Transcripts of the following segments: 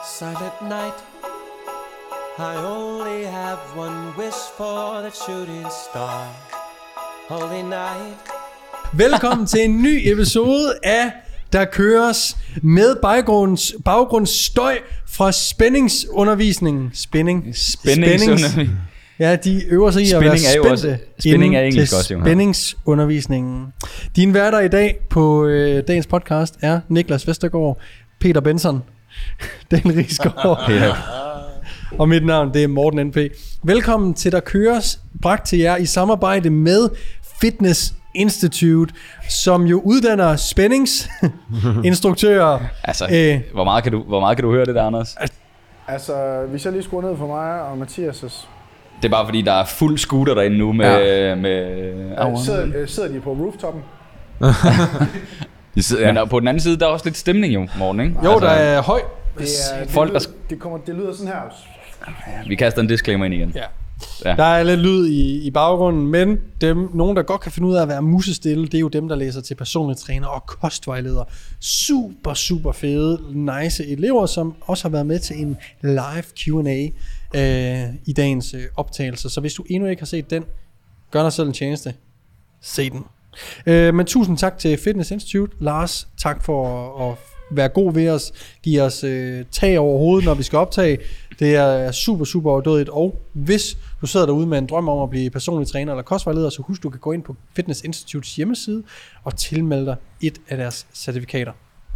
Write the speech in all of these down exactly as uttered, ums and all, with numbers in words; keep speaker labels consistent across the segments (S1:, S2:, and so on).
S1: Silent night, I only have one wish for the shooting star. Holy night.
S2: Velkommen til en ny episode af Der køres med baggrunds, baggrundsstøj fra spændingsundervisningen. Spænding.
S3: Spændingsundervisning.
S2: Ja, de øver sig i at være spændte.
S3: Også, spænding er engelsk også, jo.
S2: Spændingsundervisningen. Din værter i dag på øh, dagens podcast er Niklas Vestergaard, Peter Benson, Daniel Rigsgaard og mit navn det er Morten N P. Velkommen til Der køres, bragt til jer i samarbejde med Fitness Institute, som jo uddanner spændingsinstruktører.
S3: Altså, øh, hvor, meget kan du, hvor meget kan du høre det der, Anders?
S4: Altså, hvis jeg lige skruer ned for mig og Mathias'.
S3: Det er bare fordi, der er fuld scooter derinde nu med... Ja. med
S4: ja, sidder, sidder de på rooftoppen?
S3: de sidder, ja. Men på den anden side, der er også lidt stemning jo, Morten, ikke?
S2: Jo, altså, der er høj.
S4: Det, er, det,
S3: Folk,
S4: lyder,
S3: der...
S4: det, kommer, det lyder sådan her.
S3: Vi kaster en disclaimer ind igen.
S2: Ja. Ja. Der er lidt lyd i, i baggrunden, men dem, nogen, der godt kan finde ud af at være musestille, det er jo dem, der læser til personlig træner og kostvejleder. Super, super fede, nice elever, som også har været med til en live Q and A øh, i dagens øh, optagelse. Så hvis du endnu ikke har set den, gør dig selv en tjeneste. Se den. Øh, men tusind tak til Fitness Institute. Lars, tak for at, at være god ved os. Give os øh, tag over hovedet, når vi skal optage. Det er super, super overdådigt. Og hvis du sidder derude med en drøm om at blive personlig træner eller kostvejleder, så husk, du kan gå ind på Fitness Institutes hjemmeside og tilmelde dig et af deres certifikater.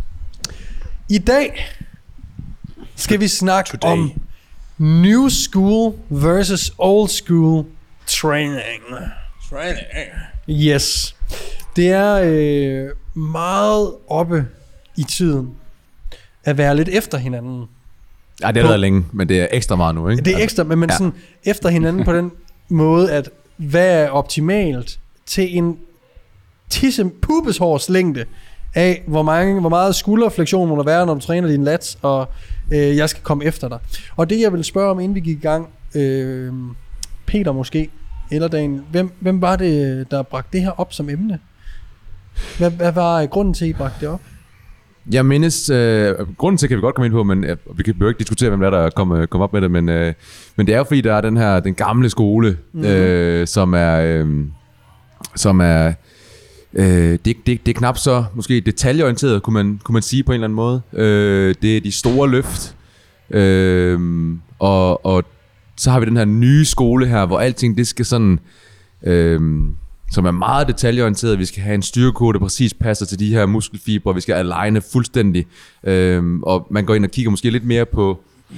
S2: I dag skal vi snakke Today. om new school versus old school training. Training. Yes. Det er øh, meget oppe i tiden at være lidt efter hinanden.
S5: Ja, det har været længe, men det er ekstra meget nu, ikke?
S2: Det er ekstra, men, men ja. sådan efter hinanden på den måde, at hvad er optimalt til en tisse pubeshårs længde af, hvor, mange, hvor meget skulderflektion må der være, når du træner dine lats, og øh, jeg skal komme efter dig. Og det, jeg vil spørge om, inden vi gik i gang, øh, Peter måske, eller Daniel, hvem, hvem var det, der bragte det her op som emne? Hvad, hvad var grunden til, at I bragte det op?
S5: Jeg mindes, øh, grunden til kan vi godt komme ind på, men øh, vi kan jo ikke diskutere, hvem der er, der kom, kom op med det, men, øh, men det er jo fordi, der er den her, den gamle skole, mm-hmm. øh, som er, øh, som er, øh, det, det, det er knap så måske detaljeorienteret, kunne man, kunne man sige på en eller anden måde. Øh, det er de store løft, øh, og, og så har vi den her nye skole her, hvor alting det skal sådan... Øh, som er meget detaljeorienteret. Vi skal have en styrkekode, der præcis passer til de her muskelfibre. Vi skal aligne fuldstændig. Øhm, og man går ind og kigger måske lidt mere på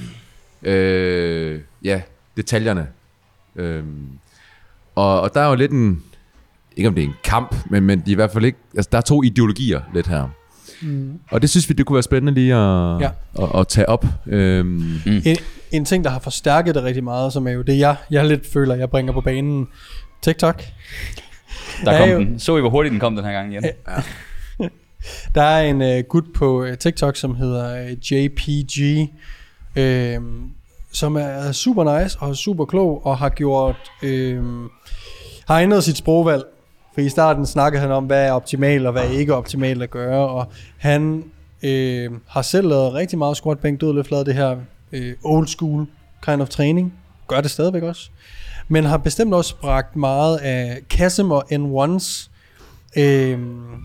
S5: øh, ja, detaljerne. Øhm, og, og der er jo lidt en, ikke om det er en kamp, men, men de er i hvert fald ikke, altså der er to ideologier lidt her. Mm. Og det synes vi, det kunne være spændende lige at, ja. at, at tage op. Øhm. Mm.
S2: En, en ting, der har forstærket det rigtig meget, som er jo det, jeg, jeg lidt føler, jeg bringer på banen. TikTok.
S3: Der kom den. Så I, hvor hurtigt den kom den her gang igen? Ja.
S2: Der er en uh, gut på uh, TikTok, som hedder uh, J P G, uh, som er super nice og super klog, og har gjort uh, har ændret sit sprogvalg. For i starten snakkede han om, hvad er optimalt, og hvad er ikke optimalt at gøre, og han uh, har selv lavet rigtig meget squat, bænk, dødløft, lavet det her uh, old school kind of træning. Gør det stadigvæk også. Men har bestemt også bragt meget af Kasim og N ones øh,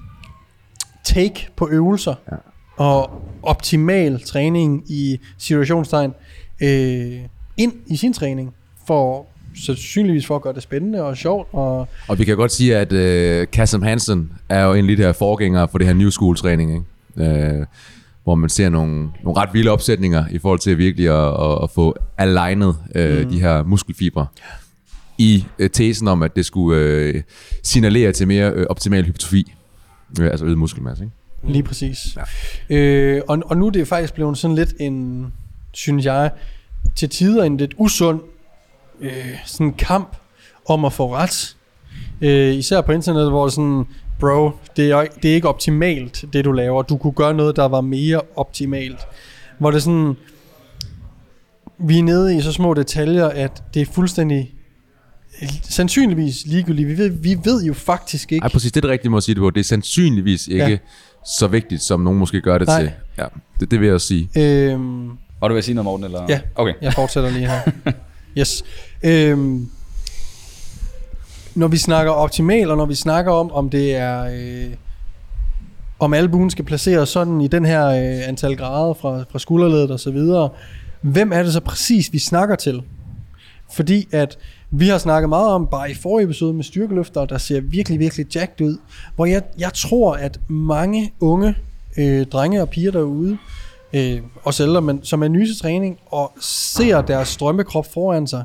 S2: take på øvelser ja. og optimal træning i situationstegn øh, ind i sin træning, for sandsynligvis for at gøre det spændende og sjovt. Og,
S5: og vi kan godt sige, at øh, Kasim Hansen er jo en af de her forgængere for det her new school træning, ikke? Øh, hvor man ser nogle, nogle ret vilde opsætninger i forhold til virkelig at, at, at få alignet øh, mm. de her muskelfibre. I øh, tesen om, at det skulle øh, signalere til mere øh, optimal hypertrofi, øh, altså øget muskelmasse, ikke?
S2: Lige præcis. Ja. Øh, og, og nu er det faktisk blevet sådan lidt en, synes jeg, til tider en lidt usund øh, sådan kamp om at få ret. Øh, især på internettet, hvor det sådan, bro, det er, det er ikke optimalt, det du laver. Du kunne gøre noget, der var mere optimalt. Hvor det sådan, vi er nede i så små detaljer, at det er fuldstændig sandsynligvis ligegyldigt. Vi ved, vi ved jo faktisk ikke.
S5: Ej, præcis, det er det rigtige måde at sige det på. Det er sandsynligvis ikke ja. så vigtigt, som nogen måske gør det Nej. til. Ja, det, det vil jeg også sige.
S2: Øhm,
S3: Og du vil sige noget, Morten? Eller?
S2: Ja,
S3: okay.
S2: Jeg fortsætter lige her. Yes. Øhm, når vi snakker optimal, og når vi snakker om, om det er... Øh, om albuen skal placeres sådan i den her øh, antal grader fra, fra skulderledet og så videre, hvem er det så præcis, vi snakker til? Fordi at vi har snakket meget om, bare i forrige episode med styrkeløfter, der ser virkelig, virkelig jacked ud, hvor jeg, jeg tror, at mange unge øh, drenge og piger derude, øh, også ældre, men som er nye til træning, og ser deres drømmekrop foran sig,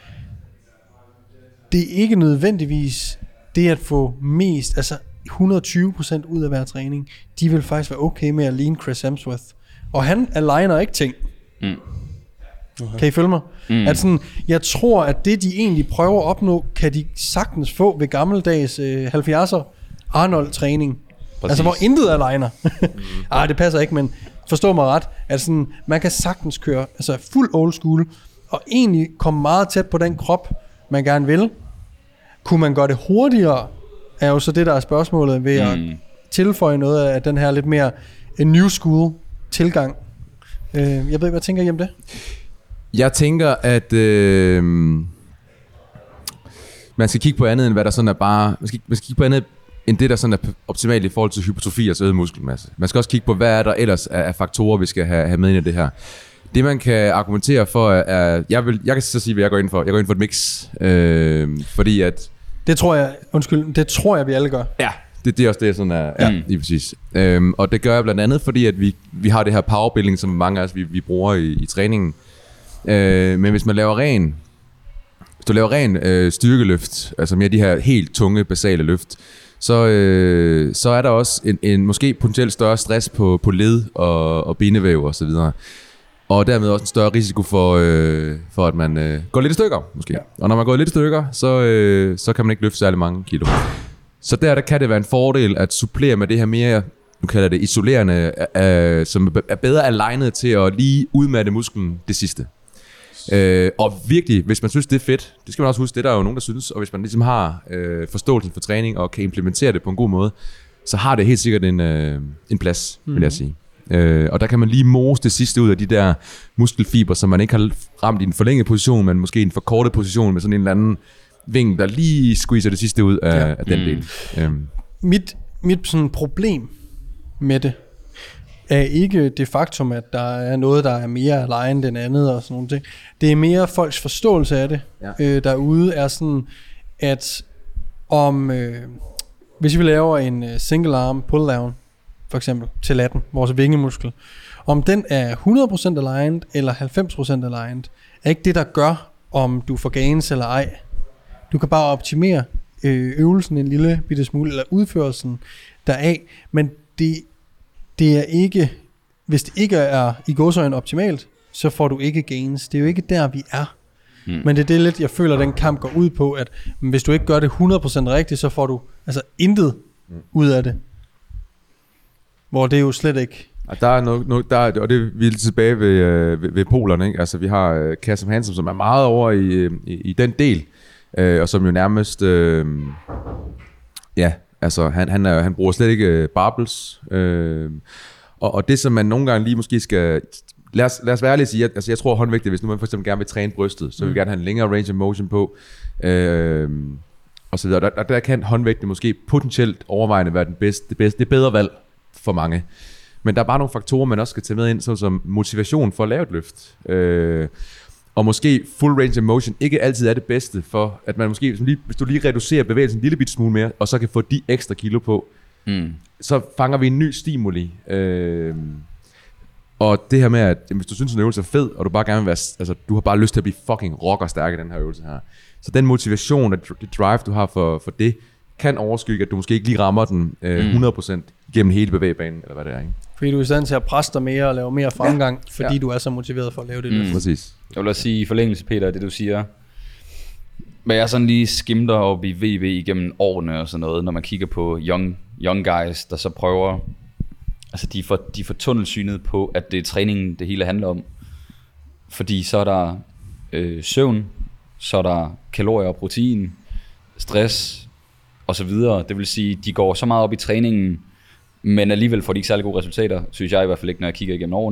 S2: det er ikke nødvendigvis det at få mest, altså hundrede og tyve procent ud af hver træning. De vil faktisk være okay med at ligne Chris Hemsworth. Og han aligner ikke ting. Mm. Okay. Kan I følge mig? Mm. At sådan, jeg tror, at det de egentlig prøver at opnå, kan de sagtens få ved gammeldags øh, halvfjerdser Arnold-træning. Præcis. Altså hvor intet aligner. mm. ah, det passer ikke, men forstå mig ret, at sådan, man kan sagtens køre altså fuld old school, og egentlig komme meget tæt på den krop, man gerne vil. Kunne man gøre det hurtigere, er jo så det, der er spørgsmålet ved at mm. tilføje noget af den her lidt mere en new school tilgang. Øh, jeg ved ikke, hvad tænker I om det?
S5: Jeg tænker, at øh, man skal kigge på andet, end hvad der sådan er bare... Man skal, man skal kigge på andet, end det, der sådan er optimalt i forhold til hypertrofi og så øget muskelmasse. Man skal også kigge på, hvad er der ellers af, af faktorer, vi skal have, have med ind i det her. Det, man kan argumentere for, er... Jeg, vil, jeg kan så sige, hvad jeg går ind for. Jeg går ind for et mix. Øh, fordi at...
S2: Det tror jeg... Undskyld. Det tror jeg, vi alle gør.
S5: Ja. Det, det er også det, sådan er, ja, lige præcis. Øhm, og det gør jeg blandt andet, fordi at vi, vi har det her powerbuilding, som mange af os vi, vi bruger i, i træningen. Øh, men hvis man laver ren, hvis du laver ren øh, styrkeløft, altså mere de her helt tunge, basale løft, så, øh, så er der også en, en måske potentielt større stress på, på led og, og benevæv og så videre. Og dermed også en større risiko for, øh, for at man øh, går lidt i stykker, måske. Ja. Og når man går lidt i stykker, så, øh, så kan man ikke løfte særlig mange kilo. Så der, der kan det være en fordel at supplere med det her mere, nu kalder det isolerende, øh, som er bedre alignet til at lige udmatte musklen det sidste. Øh, og virkelig, hvis man synes, det er fedt, det skal man også huske, det der er jo nogen, der synes, og hvis man ligesom har øh, forståelsen for træning og kan implementere det på en god måde, så har det helt sikkert en, øh, en plads, mm-hmm. vil jeg sige. Øh, og der kan man lige mose det sidste ud af de der muskelfiber, som man ikke har ramt i en forlænget position, men måske i en forkortet position med sådan en eller anden vinkel, der lige squeezer det sidste ud af, ja. af den mm. del. Um.
S2: Mit, mit sådan problem med det, er ikke det faktum, at der er noget, der er mere aligned end andet og sådan nogle ting. Det er mere folks forståelse af det, ja. øh, derude er sådan, at om, øh, hvis vi laver en single arm pull down, for eksempel til latten, vores vingemuskel, om den er hundrede procent aligned eller halvfems procent aligned, er ikke det, der gør, om du får gains eller ej. Du kan bare optimere øh, øvelsen en lille bitte smule, eller udførelsen deraf, men det, det er ikke, hvis det ikke er i gåseøjne optimalt, så får du ikke gains. Det er jo ikke der, vi er. Mm. Men det er det lidt, jeg føler, den kamp går ud på, at hvis du ikke gør det hundrede procent rigtigt, så får du altså intet mm. ud af det. Hvor det er jo slet ikke...
S5: Og der er noget, noget der er, og det er vi er tilbage ved, øh, ved, ved polerne, ikke? Altså vi har øh, Kasim Hansen, som er meget over i, i, i den del, øh, og som jo nærmest, øh, ja, altså han, han, er, han bruger slet ikke øh, barbels, øh, og, og det som man nogle gange lige måske skal, lad os, lad os være ærlige at sige, altså jeg tror håndvægtet, hvis nu man for eksempel gerne vil træne brystet, så vil vi gerne have en længere range of motion på, øh, og så videre, der, der, der kan håndvægtet måske potentielt overvejende være den bedste, det, bedste, det bedre valg for mange. Men der er bare nogle faktorer, man også skal tage med ind, såsom motivation for at lave et løft. Øh, og måske full range of motion ikke altid er det bedste for, at man måske, hvis du lige reducerer bevægelsen en lille bit smule mere, og så kan få de ekstra kilo på, mm. så fanger vi en ny stimuli. Øh, og det her med, at hvis du synes, en øvelse er fed, og du bare gerne vil være, altså du har bare lyst til at blive fucking rockerstærk i den her øvelse her. Så den motivation, det drive, du har for, for det, kan overskygge, at du måske ikke lige rammer den øh, hundrede procent gennem hele bevægebanen, eller hvad det er, ikke?
S2: Fordi du er i stand til at presse dig mere og lave mere fremgang, ja. fordi ja. du er så motiveret for at lave det.
S3: Mm.
S5: Præcis.
S3: Jeg vil også sige i forlængelse, Peter, det du siger, hvad jeg sådan lige skimter op i V V igennem årene og sådan noget, når man kigger på young, young guys, der så prøver, altså de er for, de er for tunnelsynet på, at det er træningen, det hele handler om. Fordi så er der øh, søvn, så er der kalorier og protein, stress og så videre. Det vil sige, de går så meget op i træningen, men alligevel får de ikke særlig gode resultater, synes jeg i hvert fald ikke, når jeg kigger igennem årene,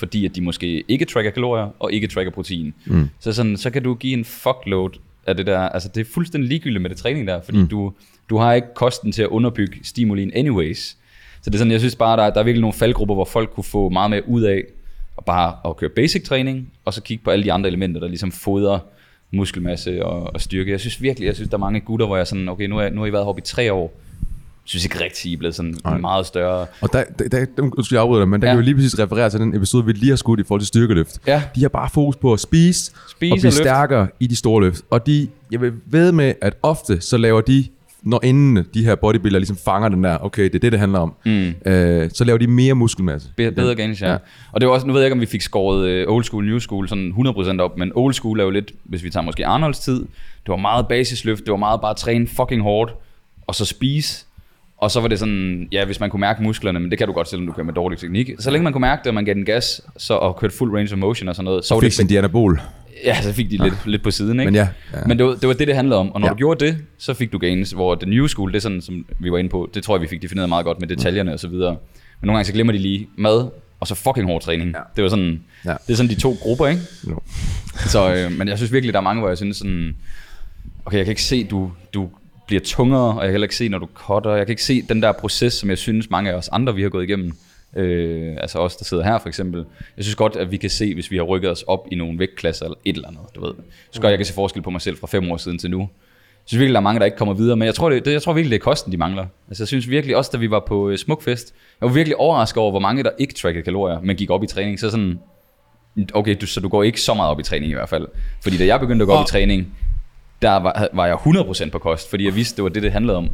S3: fordi at de måske ikke tracker kalorier og ikke tracker protein. Mm. Så, sådan, så kan du give en fuckload af det der. Altså det er fuldstændig ligegyldigt med det træning der, fordi mm. du, du har ikke kosten til at underbygge stimulien anyways. Så det er sådan, jeg synes bare, der, der er virkelig nogle faldgrupper, hvor folk kunne få meget mere ud af at bare at køre basic træning, og så kigge på alle de andre elementer, der ligesom fodrer muskelmasse og, og styrke. Jeg synes virkelig, jeg synes, der er mange gutter, hvor jeg sådan, okay, nu har, nu har I været heroppe i tre år. Jeg synes ikke rigtigt, I er blevet sådan Ej. meget større. Og der,
S5: der, der, der skal jeg afbryde dig, men der ja. kan vi lige præcis referere til den episode, vi lige har skudt i forhold til styrkeløft. Ja. De har bare fokus på at spise, spise og blive og stærkere i de store løft. Og de, jeg vil ved med, at ofte så laver de, når inden de her bodybuildere ligesom fanger den der, okay, det er det, det handler om, mm. øh, så laver de mere muskelmasse.
S3: Be- bedre gains, ja. ja. Og det var også, nu ved jeg ikke, om vi fik skåret old school, new school sådan hundrede procent op, men old school er jo lidt, hvis vi tager måske Arnolds tid, det var meget basisløft, det var meget bare at træne fucking hårdt, og så spise. Og så var det sådan, ja, hvis man kunne mærke musklerne, men det kan du godt, selvom du kører med dårlig teknik. Så længe man kunne mærke det, og man gav den gas, så, og kørte full range of motion og sådan noget. Så
S5: og
S3: fik
S5: det sin dianabol.
S3: Ja, så fik de ja. lidt, lidt på siden, ikke?
S5: Men, ja, ja.
S3: men det, var, det var det, det handlede om. Og når ja. du gjorde det, så fik du gains, hvor the new school, det er sådan, som vi var inde på, det tror jeg, vi fik defineret meget godt med detaljerne mm. og så videre. Men nogle gange så glemmer de lige mad, og så fucking hård træning. Ja. Det var sådan, ja. det er sådan de to grupper, ikke? No. Så, øh, men jeg synes virkelig, der er mange, hvor jeg synes sådan, okay, jeg kan ikke se, du, du bliver tungere, og jeg kan heller ikke se, når du cutter. Jeg kan ikke se den der proces, som jeg synes, mange af os andre, vi har gået igennem. Øh, altså os, der sidder her for eksempel. Jeg synes godt, at vi kan se, hvis vi har rykket os op i nogle vægtklasser eller et eller andet, du ved. Så godt, jeg kan se forskel på mig selv fra fem år siden til nu. Jeg synes virkelig, der er mange, der ikke kommer videre, men jeg tror, det, jeg tror virkelig, det er kosten, de mangler. Altså jeg synes virkelig, også da vi var på Smukfest, jeg var virkelig overrasket over, hvor mange, der ikke trackede kalorier, men gik op i træning. Så sådan, okay, du, så du går ikke så meget op i træning i hvert fald. Fordi da jeg begyndte at gå op i træning, der var, var jeg hundrede procent på kost, fordi jeg vidste, det var det, det handlede om.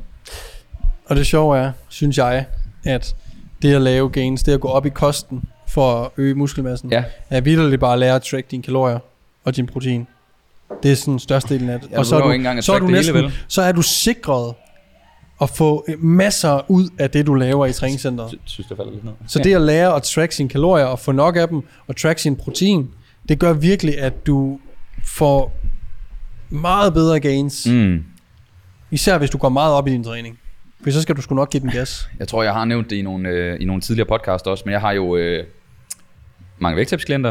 S2: Og det sjove er, synes jeg, at det at lave gains, det at gå op i kosten for at øge muskelmassen, ja. er vitterligt bare at lære at track dine kalorier og din protein. Det er sådan størstedelen af det.
S3: Og så er du, så er du næsten, hele,
S2: så er du sikret at få masser ud af det, du laver i træningscenteret.
S3: Synes, det falder lidt ned.
S2: Så det at lære at track sine kalorier og få nok af dem, og track sin protein, det gør virkelig, at du får meget bedre gains. Mm. Især hvis du går meget op i din træning. For så skal du sgu nok give den gas.
S3: Jeg tror, jeg har nævnt det i nogle, øh, i nogle tidligere podcasts også, men jeg har jo øh, mange vægttabsklienter.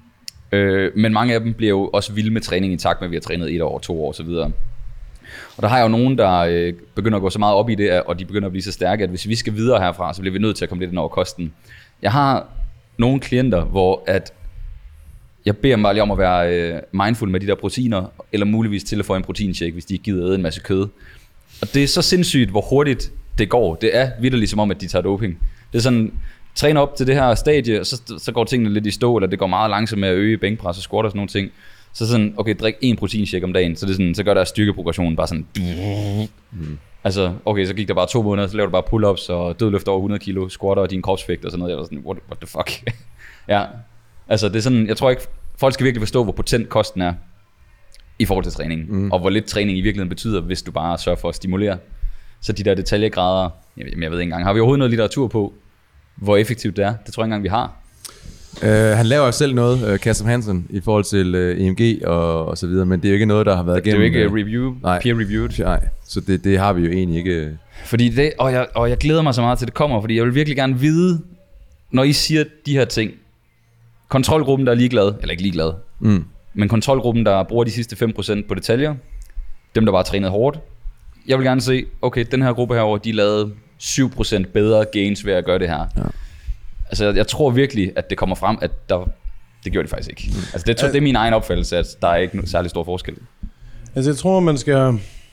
S3: Øh, men mange af dem bliver jo også vilde med træning i takt med, at vi har trænet et år, to år osv. Og der har jeg jo nogen, der øh, begynder at gå så meget op i det, og de begynder at blive så stærke, at hvis vi skal videre herfra, så bliver vi nødt til at komme lidt ind over kosten. Jeg har nogle klienter, hvor at jeg beder dem bare lige om at være øh, mindful med de der proteiner, eller muligvis tilføje en proteinshake, hvis de ikke gider æde en masse kød. Og det er så sindssygt, hvor hurtigt det går. Det er vitterligt som om, at de tager doping. Det er sådan, træne op til det her stadie, og så, så går tingene lidt i stå, eller det går meget langsomt med at øge bænkpres og squat og sådan nogle ting. Så sådan, okay, drik en proteinshake om dagen, så, det er sådan, så gør der styrkeprogressionen bare sådan. Mm. Altså, okay, så gik der bare to måneder, så lavede du bare pull-ups og dødløft over hundrede kilo, squatter og din kropsvægt og sådan noget. Jeg var sådan, what, what the fuck? Ja, altså det er sådan, jeg tror ikke, folk skal virkelig forstå, hvor potent kosten er i forhold til træning, mm. og hvor lidt træning i virkeligheden betyder, hvis du bare sørger for at stimulere. Så de der detaljegrader, jamen jeg ved ikke engang, har vi overhovedet noget litteratur på, hvor effektivt det er? Det tror jeg ikke engang, vi har.
S5: Uh, han laver jo selv noget, uh, Kasim Hansen, i forhold til uh, E M G og, og så videre, men det er jo ikke noget, der har været
S3: igennem.
S5: Det
S3: er jo ikke uh, review, nej, peer-reviewed.
S5: Nej, så det, det har vi jo egentlig ikke.
S3: Fordi det, og jeg, og jeg glæder mig så meget til, det kommer, fordi jeg vil virkelig gerne vide, når I siger de her ting, kontrolgruppen, der er ligeglad, eller ikke ligeglad, mm. men kontrolgruppen, der bruger de sidste fem procent på detaljer, dem, der bare har trænet hårdt, jeg vil gerne se, okay, den her gruppe herovre, de lavede syv procent bedre gains ved at gøre det her. Ja. Altså, jeg, jeg tror virkelig, at det kommer frem, at der, det gjorde de faktisk ikke. Mm. Altså, det, det er min egen opfattelse, at der er ikke nogen særlig stor forskel.
S6: Altså, jeg tror, man skal...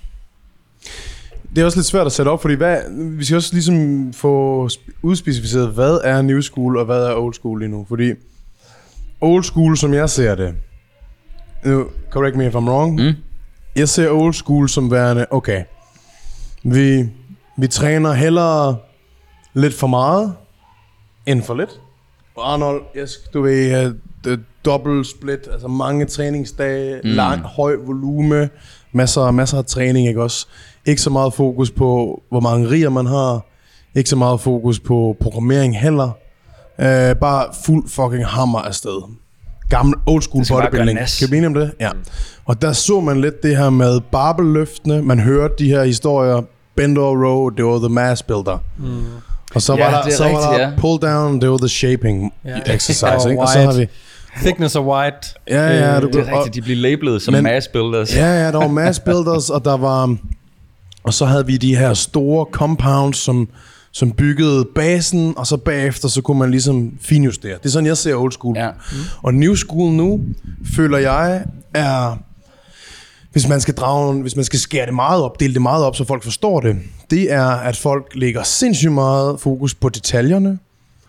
S6: Det er også lidt svært at sætte op, fordi hvad, vi skal også ligesom få udspecificeret, hvad er new school, og hvad er old school lige nu. Fordi old school, som jeg ser det, nu, correct me if I'm wrong, mm. jeg ser old school som værende, okay, vi, vi træner hellere lidt for meget, end for lidt. Og Arnold, yes, du ved, uh, dobbelt split, altså mange træningsdage, mm. lang, høj volume, masser, masser af træning, ikke også? Ikke så meget fokus på, hvor mange riger man har, ikke så meget fokus på programmering heller. Uh, bare fuld fucking hammer afsted. Gammel old school bodybuilding. Kan vi blive enige om det? Ja. Og der så man lidt det her med barbelløftene. Man hørte de her historier. Bend over row, det var the mass builder. Mm. Og så
S3: Ja,
S6: var der,
S3: det er
S6: så var
S3: rigtigt,
S6: der
S3: ja.
S6: pull down, det var the shaping
S2: Ja.
S6: exercise,
S2: Og
S6: ikke? Og så
S2: wide.
S6: har vi...
S2: Thickness of white.
S6: Ja, ja, du
S3: Det er
S6: og-
S3: rigtigt, de bliver labelet som
S6: Men-
S3: mass builders.
S6: Ja, ja, der var mass builders, og der var... Og så havde vi de her store compounds, som, som byggede basen, og så bagefter, så kunne man ligesom finjustere. Det er sådan, jeg ser old school.
S3: Ja.
S6: Og new school nu, føler jeg, er... Hvis man skal drage, hvis man skal skære det meget op, dele det meget op, så folk forstår det, det er, at folk lægger sindssygt meget fokus på detaljerne,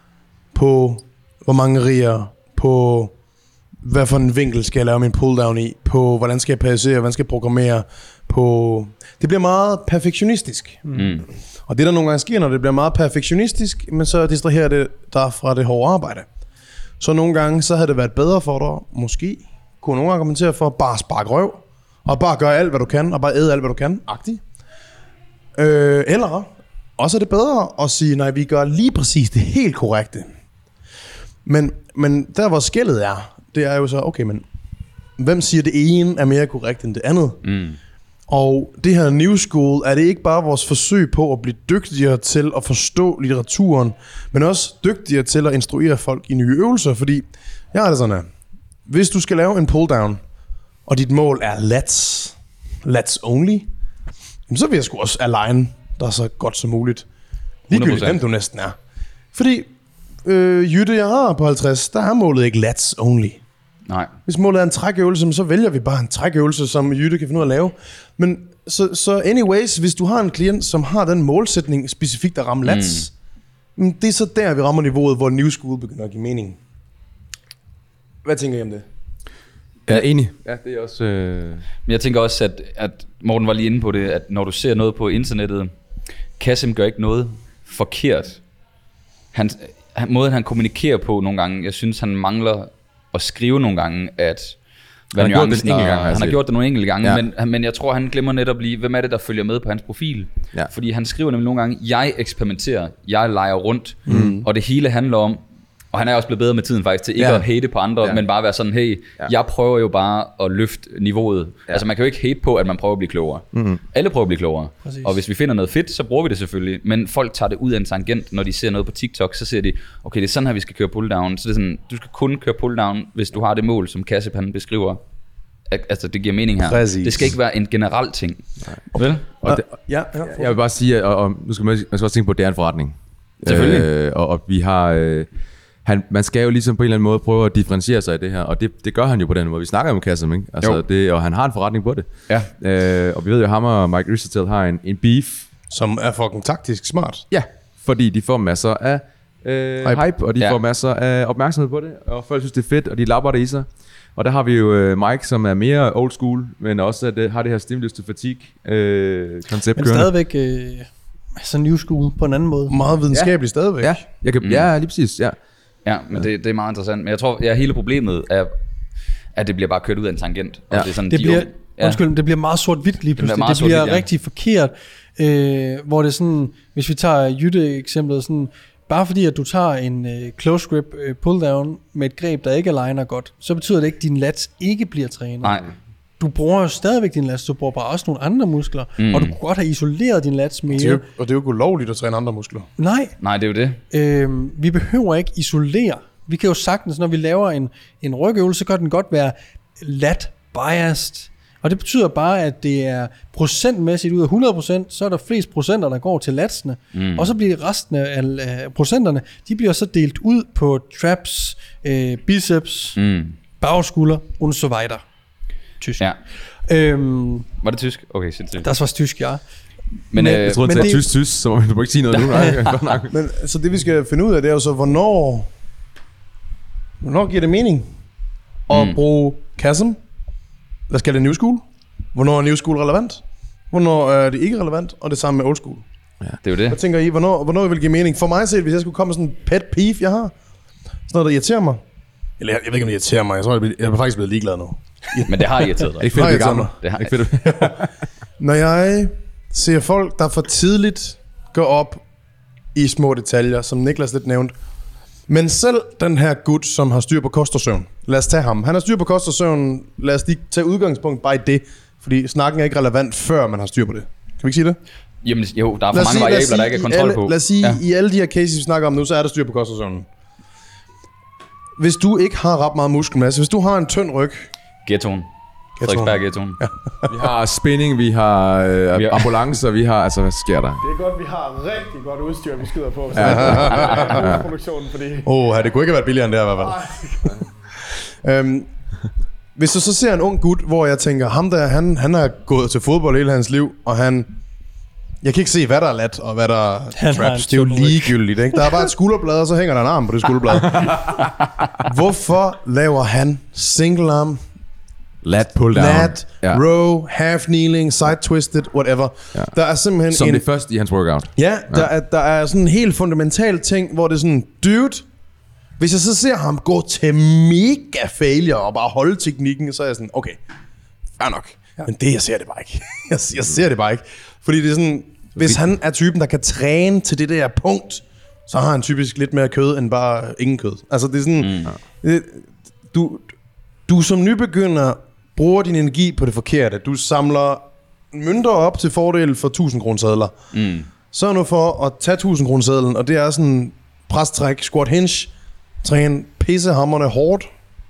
S6: på hvor mange riger, på hvad for en vinkel skal jeg lave min pull-down i, på hvordan skal jeg passere, hvordan skal jeg programmere, på... Det bliver meget perfektionistisk.
S3: Mm.
S6: Og det der nogle gange sker, når det bliver meget perfektionistisk, men så distraherer det dig fra det hårde arbejde. Så nogle gange, så havde det været bedre for dig, måske, kunne nogle argumentere for, bare sparke røv, og bare gøre alt, hvad du kan, og bare æde alt, hvad du kan, agtigt. Øh, eller, også er det bedre at sige, nej, vi gør lige præcis det helt korrekte. Men, men der, hvor skældet er, det er jo så, okay, men hvem siger, det ene er mere korrekt end det andet?
S3: Mm.
S6: Og det her new school, er det ikke bare vores forsøg på at blive dygtigere til at forstå litteraturen, men også dygtigere til at instruere folk i nye øvelser? Fordi jeg har det sådan her. Hvis du skal lave en pull-down, og dit mål er let's, let's only, så vil jeg sgu også align dig så godt som muligt. Ligegyldigt, hvem du næsten er. Fordi øh, Jytte, jeg har på halvtreds, der er målet ikke let's only.
S3: Nej.
S6: Hvis målet er en trækøvelse, så vælger vi bare en trækøvelse, som Jytte kan finde ud af at lave. Men så, så anyways, hvis du har en klient, som har den målsætning specifikt at ramme lats, mm. det er så der, vi rammer niveauet, hvor new school begynder at give mening. Hvad tænker I om det?
S5: Jeg er enig. Ja, det er også... Øh...
S3: Men jeg tænker også, at, at Morten var lige inde på det, at når du ser noget på internettet, Kasim gør ikke noget forkert. Han, han, måden han kommunikerer på nogle gange, jeg synes, han mangler at skrive nogle gange, at hvad
S5: han har gjort det
S3: nuancen
S5: en enkelt
S3: er.
S5: gang, har jeg
S3: Han har
S5: set.
S3: gjort det nogle enkelte gange,
S5: Ja.
S3: men, men jeg tror, han glemmer netop lige, hvem er det, der følger med på hans profil.
S5: Ja.
S3: Fordi han skriver nemlig nogle gange, jeg eksperimenterer, jeg leger rundt, mm. og det hele handler om, og han er også blevet bedre med tiden faktisk, til ikke
S5: Ja.
S3: at hate på andre,
S5: Ja.
S3: men bare være sådan, hey,
S5: Ja.
S3: jeg prøver jo bare at løfte niveauet. Ja. Altså man kan jo ikke hate på, at man prøver at blive klogere. Mm-hmm. Alle prøver at blive klogere.
S2: Præcis.
S3: Og hvis vi finder noget fedt, så bruger vi det selvfølgelig. Men folk tager det ud af en tangent, når de ser noget på TikTok, så ser de, okay, det er sådan her, vi skal køre pull-down. Så det er sådan, du skal kun køre pull-down, hvis du har det mål, som Kassip han beskriver. Al- Altså det giver mening her.
S6: Præcis.
S3: Det skal ikke være en generel ting. Vel?
S5: Og det,
S6: Ja, ja.
S5: jeg vil bare sige, at og, og, nu skal man, man skal også tænke på, at det er en forretning.
S3: Selvfølgelig.
S5: Øh, og, og vi har... Øh, han, man skal jo ligesom på en eller anden måde prøve at differentiere sig i det her, og det, det gør han jo på den måde. Vi snakker jo om Kasim, ikke? Altså det, og han har en forretning på det.
S3: Ja.
S5: Øh, og vi ved jo, at ham og Mike Ristertel har en, en beef.
S6: Som er fucking taktisk smart.
S5: Ja, fordi de får masser af øh, hype. hype, og de
S3: Ja.
S5: ja. får masser af opmærksomhed på det, og folk synes, det er fedt, og de lapper det i sig. Og der har vi jo øh, Mike, som er mere old school, men også at, øh, har det her stimulus to fatigue øh, koncept
S2: Men
S5: kørende.
S2: stadigvæk øh, altså new school på en anden måde.
S6: Meget videnskabeligt ja. stadigvæk.
S5: Ja, jeg kan,
S3: Mm.
S5: ja, lige præcis, ja.
S3: Ja, men det, det er meget interessant. Men jeg tror, ja, hele problemet er, at det bliver bare kørt ud af en tangent. Og
S5: Ja.
S3: det er sådan,
S2: Det
S3: de
S2: bliver,
S3: unge- ja.
S2: undskyld, det bliver meget sort-hvidt lige pludselig.
S3: meget
S2: Det bliver
S3: sort-hvidt, ja.
S2: rigtig forkert. Øh, hvor det er sådan, hvis vi tager Jytte-eksemplet, sådan, bare fordi at du tager en øh, close grip øh, pull-down med et greb, der ikke aligner godt, så betyder det ikke, at din lats ikke bliver trænet.
S3: Nej,
S2: Du bruger jo stadigvæk din lats, du bruger bare også nogle andre muskler,
S3: Mm.
S2: og du kunne godt have isoleret din lats mere.
S6: Det er jo, og det er jo ikke ulovligt at træne andre muskler.
S2: Nej,
S3: nej, det er jo det.
S2: øh, vi behøver ikke isolere. Vi kan jo sagtens, når vi laver en, en rygøvelse, så kan den godt være lat biased. Og det betyder bare, at det er procentmæssigt ud af hundrede procent, så er der flest procenter, der går til latsene. Mm. Og så bliver resten af, af procenterne, de bliver så delt ud på traps, øh, biceps,
S3: Mm.
S2: bagskulder und so weiter. Tysk.
S3: Ja.
S2: Øhm,
S3: Var det tysk? Okay, sindssygt.
S2: das var tysk, ja.
S3: Men,
S2: men-
S3: øh,
S5: Jeg tror,
S2: Men
S5: det er
S2: det-
S5: tysk, tysk, så du må ikke sige noget nu. Nej, godt nok.
S6: Men så det vi skal finde ud af, det er jo så, hvornår, hvornår giver det mening at
S3: Mm.
S6: bruge Kasim? Hvad skal det new school? Hvornår er new school relevant? Hvornår er det ikke relevant? Og det samme med old school.
S3: det er jo det.
S6: Hvad tænker I, hvornår, hvornår vil det give mening? For mig set, hvis jeg skulle komme med sådan en pet peeve, jeg har, sådan noget, der irriterer mig. Eller jeg, jeg ved ikke, om det irriterer mig. Jeg tror, jeg, bliver, jeg er faktisk blevet ligeglad nu.
S3: Men det har irriteret dig.
S5: Ikke fedt,
S6: Nej,
S5: at blive
S6: jeg
S5: gammel.
S3: Det har-
S5: Ikke fedt.
S6: Når jeg ser folk, der for tidligt går op i små detaljer, som Niklas lidt nævnte, men selv den her gut, som har styr på kost og søvn, lad os tage ham. Han har styr på kost og søvn, lad os lige tage udgangspunkt bare i det, fordi snakken er ikke relevant, før man har styr på det. Kan vi ikke sige det?
S3: Jamen jo, der er for
S6: Lad os
S3: mange
S6: sige- lad os
S3: variabler, der
S6: sige,
S3: ikke er
S6: i
S3: kontrol
S6: alle,
S3: på.
S6: Lad os sige,
S3: Ja.
S6: i alle de her cases, vi snakker om nu, så er der styr på kostpersonen. Hvis du ikke har ret meget muskelmasse, hvis du har en tynd ryg,
S3: Ghettoen. Frederiksberg Ghettoen. Ja.
S5: Vi har spinning, vi har øh,
S3: Vi har-
S5: ambulancer, vi har... Altså, hvad sker der?
S4: Det er godt, vi har rigtig godt udstyr, vi skyder på. Så
S5: Ja.
S4: produktionen, fordi...
S6: Åh, oh, det kunne ikke have været billigere end det her, i hvert fald. øhm, hvis du så ser en ung gut, hvor jeg tænker, ham der, han, han har gået til fodbold hele hans liv, og han... Jeg kan ikke se, hvad der er lat, og hvad der er
S2: Han har en
S6: traps. Det er jo
S2: tynd ryg.
S6: ligegyldigt, ikke? Der er bare et skulderblad, og så hænger der en arm på det skulderblad. Hvorfor laver han single arm,
S5: Lat pull down.
S6: lat,
S5: Ja.
S6: row, half kneeling, side twisted, whatever?
S5: Ja.
S6: Der er simpelthen
S5: Som
S6: en...
S5: det første i hans workout.
S6: Ja, der er, der er sådan en helt fundamental ting, hvor det er sådan, dude, hvis jeg så ser ham gå til mega failure og bare holde teknikken, så er jeg sådan, okay, fair nok. Ja. Men det, jeg ser det bare ikke. jeg, jeg ser det bare ikke. Fordi det er sådan, hvis han er typen, der kan træne til det der punkt, så har han typisk lidt mere kød end bare ingen kød. Altså det er sådan, mm. det, du, du som nybegynder bruger din energi på det forkerte. Du samler mønter op til fordel for tusind kroner sedler.
S3: Mm.
S6: Sørg nu for at tage tusind kroner sedlen, og det er sådan prestræk, squat hinge, træne pissehammerne hårdt,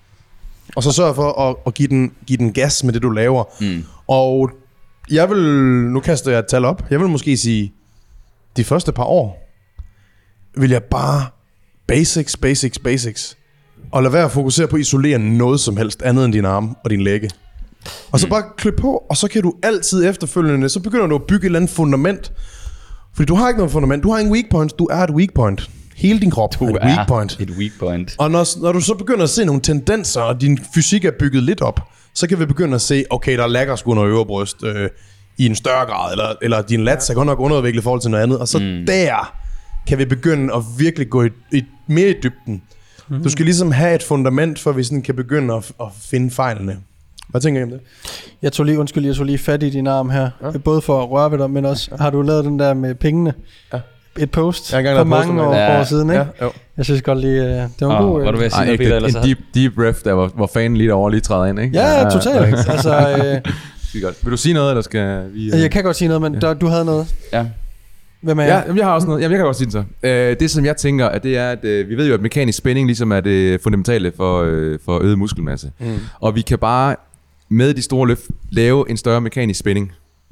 S6: og så sørg for at, at give, den, give den gas med det, du laver.
S3: Mm.
S6: Og jeg vil, nu kaster jeg et tal op, jeg vil måske sige, de første par år, vil jeg bare basics, basics, basics, og lad være at fokusere på at isolere noget som helst andet end din arme og din lægge. Og så bare klip på, og så kan du altid efterfølgende, så begynder du at bygge et eller andet fundament. Fordi du har ikke noget fundament, du har ingen weak point, du er et weak point. Hele din krop
S3: Du
S6: er et
S3: er
S6: weak point.
S3: et weak point.
S6: Og når, når du så begynder at se nogle tendenser, og din fysik er bygget lidt op, så kan vi begynde at se, okay, der lægger sgu noget øvre bryst øh, i en større grad, eller, eller din lats er godt nok underudviklet i forhold til noget andet, og så mm. der kan vi begynde at virkelig gå i, i, mere i dybden. Mm. Du skal ligesom have et fundament, for at vi sådan kan begynde at, at finde fejlene. Hvad tænker I om det?
S2: Jeg tog lige, undskyld, jeg tog lige fat i din arm her. Ja. Både for at røre ved dig, men også, ja. Har du lavet den der med pengene?
S6: Ja.
S2: Et post
S6: Jeg har
S2: for
S6: engang lavet
S2: mange
S6: poster
S2: år,
S6: med.
S3: Ja.
S2: år siden, ikke?
S6: Ja, jo.
S2: Jeg synes godt lige, uh, det var en
S3: Oh,
S2: god...
S3: var du ved at sige
S5: Ej,
S3: noget,
S5: ikke
S3: Peter?
S5: det,
S3: Ellers
S5: en deep, deep breath, der hvor, hvor fanen lige derovre lige træder ind, ikke?
S2: Ja, ja, totalt. Altså, øh,
S5: Skide godt. Vil du sige noget, eller skal vi...
S2: jeg kan godt sige noget, men ja. der, du havde noget.
S3: Ja.
S2: Hvem er
S5: Ja,
S2: jeg?
S5: jamen, jeg har også noget. Jamen, jeg kan godt sige det så. Øh, det, som jeg tænker, at det er, at øh, vi ved jo, at mekanisk spænding ligesom er det fundamentale for, øh, for øget muskelmasse. Mm. Og vi kan bare med de store løft lave en større mekanisk spænding.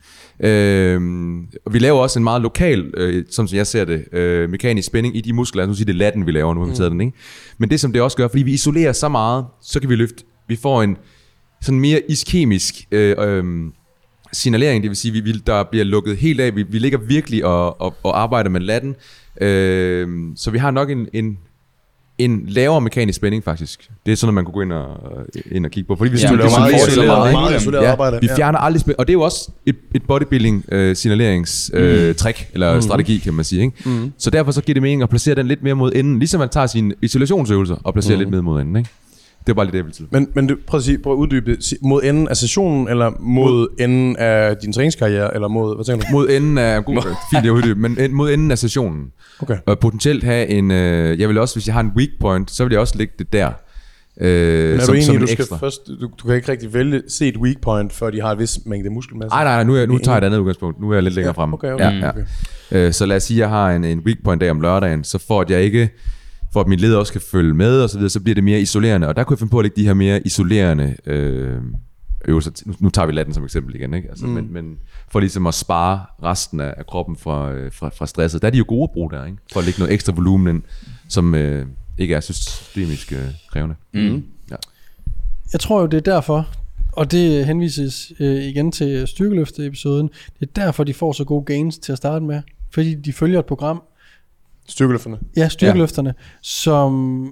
S5: Øh, og vi laver også en meget lokal, øh, som jeg ser det, øh, mekanisk spænding i de muskler. Nu siger det latten, vi laver, nu har vi taget den, ikke? Men det, som det også gør, fordi vi isolerer så meget, så kan vi løfte. Vi får en sådan mere iskemisk øh, øh, signalering, det vil sige, vi, vi, der bliver lukket helt af. Vi, vi ligger virkelig og, og, og arbejder med latten. Øh, så vi har nok en, en, en lavere mekanisk spænding, faktisk. Det er sådan, at man kunne gå ind og, ind og kigge på. Fordi vi
S3: Ja,
S5: synes,
S3: det er
S5: jo,
S3: meget
S5: vi
S3: isoleret
S5: meget,
S3: arbejde.
S6: meget isoleret
S5: ja,
S6: arbejde.
S5: vi fjerner aldrig spænding. Og det er jo også et, et bodybuilding øh, signaleringstrick, øh, trick, eller mm. strategi, kan man sige. Ikke? Mm. Så derfor så giver det mening at placere den lidt mere mod enden, ligesom man tager sine isolationsøvelser og placerer mm. lidt mere mod enden. Ikke? Det er bare lidt det, jeg vil til.
S6: Men, men du, prøv at sige, prøv at uddybe det. Sig- Mod enden af sessionen, eller mod enden af din træningskarriere, eller mod, hvad tænker du?
S5: Mod enden af, god, fint det er uddybe, men en- mod enden af sessionen.
S6: Okay.
S5: Og potentielt have en, øh, jeg vil også, hvis jeg har en weak point, så vil jeg også lægge det der. Øh,
S6: Men er
S5: som,
S6: du
S5: som
S6: enig,
S5: en
S6: du skal
S5: ekstra.
S6: først, du, du kan ikke rigtig vælge, se et weak point, før de har en vis mængde muskelmasse?
S5: Nej, nej, nej, nu, er, nu tager jeg et andet udgangspunkt. Nu er jeg lidt længere
S6: Ja,
S5: fremme.
S6: okay, okay,
S5: Ja, ja.
S6: okay.
S5: Øh, så lad os sige, at jeg har en, en weak point dag om lørdagen, så for at jeg ikke, for at min leder også kan følge med og så videre, så bliver det mere isolerende. Og der kunne jeg finde på at lægge de her mere isolerende øh, øvelser. Nu, nu tager vi latten som eksempel igen, ikke? Altså, mm. men, men for ligesom at spare resten af, af kroppen fra, øh, fra, fra stresset. Der er de jo gode at bruge der, ikke? For at lægge noget ekstra volumen ind, som øh, ikke er systemisk øh, krævende.
S3: Mm.
S5: Ja.
S2: Jeg tror jo, det er derfor, og det henvises øh, igen til styrkeløfte-episoden, det er derfor, de får så gode gains til at starte med. Fordi de følger et program,
S6: Styrkeløfterne.
S2: ja, styrkeløfterne, ja. som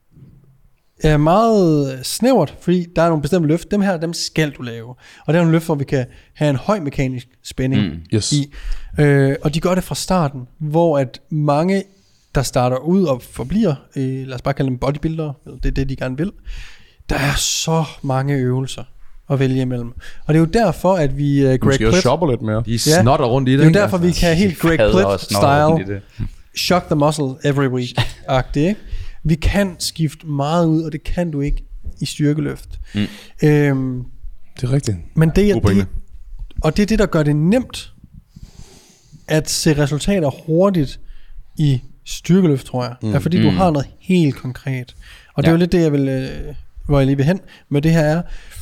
S2: er meget snævert, fordi der er nogle bestemte løft. Dem her, dem skal du lave. Og det er nogle løft, hvor vi kan have en høj mekanisk spænding
S3: Mm.
S6: Yes.
S2: i. Øh, og de gør det fra starten, hvor at mange, der starter ud og forbliver, øh, lad os bare kalde dem bodybuildere, eller det er det, de gerne vil, der er så mange øvelser at vælge imellem. Og det er jo derfor, at vi, uh, Greg
S6: Måske også
S2: Plitt,
S6: shopper lidt mere.
S5: De
S2: Ja.
S5: snotter rundt i det.
S2: det er jo
S5: ikke?
S2: derfor, vi kan have helt Greg
S3: Hader også snorre ind i
S2: Plitt-style,
S3: det.
S2: shock the muscle every week-agtigt, ikke? Vi kan skifte meget ud, og det kan du ikke i styrkeløft. Mm. Øhm,
S6: Det er rigtigt.
S2: men det, er
S5: God pointe.
S2: det, og det er det, der gør det nemt at se resultater hurtigt i styrkeløft, tror jeg, mm. er fordi, du
S3: Mm.
S2: har noget helt konkret. Og det er
S3: Ja.
S2: jo lidt det, jeg vil, øh, hvor jeg lige vil hen med det her er,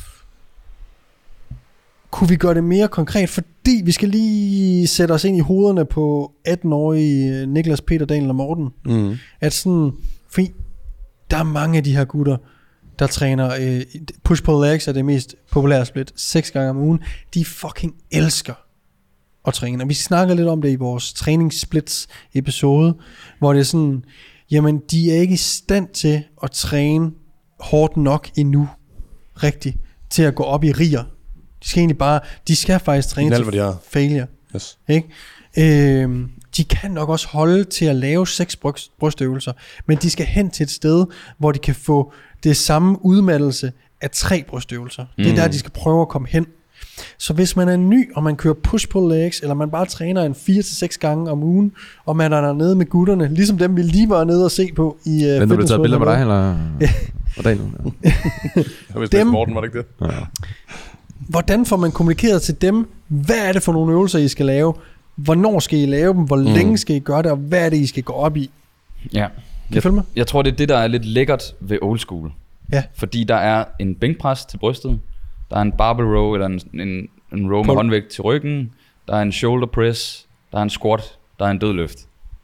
S2: kunne vi gøre det mere konkret, fordi vi skal lige sætte os ind i hovederne på atten-årige Niklas, Peter, Daniel og Morten.
S6: Mm.
S2: At sådan, fordi der er mange af de her gutter, der træner øh, push-pull legs er det mest populære split, seks gange om ugen. De fucking elsker at træne. Og vi snakker lidt om det i vores træningssplits episode, hvor det er sådan, jamen de er ikke i stand til at træne hårdt nok endnu, rigtigt, til at gå op i riger. De skal egentlig bare, de skal faktisk træne
S6: Knald,
S2: til
S6: hvad de har.
S2: failure.
S6: Yes.
S2: Ikke? Øhm, de kan nok også holde til at lave seks bryst, brystøvelser, men de skal hen til et sted, hvor de kan få det samme udmattelse af tre brystøvelser. Mm. Det er der, de skal prøve at komme hen. Så hvis man er ny, og man kører push-pull legs, eller man bare træner en fire til seks gange om ugen, og man er dernede med gutterne, ligesom dem vi lige var nede og se på i uh,
S5: Men du blev taget billeder med dig, eller?
S2: Ja.
S5: Og Daniel? Ja.
S6: Jeg vidste,
S2: Dem-
S6: Dem... Morten, var det ikke det?
S5: Ja.
S2: Hvordan får man kommunikeret til dem, hvad er det for nogle øvelser, I skal lave? Hvornår skal I lave dem? Hvor mm. længe skal I gøre det? Og hvad er det, I skal gå op i?
S3: Ja.
S2: Kan I følge mig?
S3: Jeg tror, det er det, der er lidt lækkert ved old school.
S2: Ja.
S3: Fordi der er en bænkpres til brystet, der er en barbell row, eller en, en, en row med
S2: Pull.
S3: håndvægt til ryggen, der er en shoulder press, der er en squat, der er en dødløft.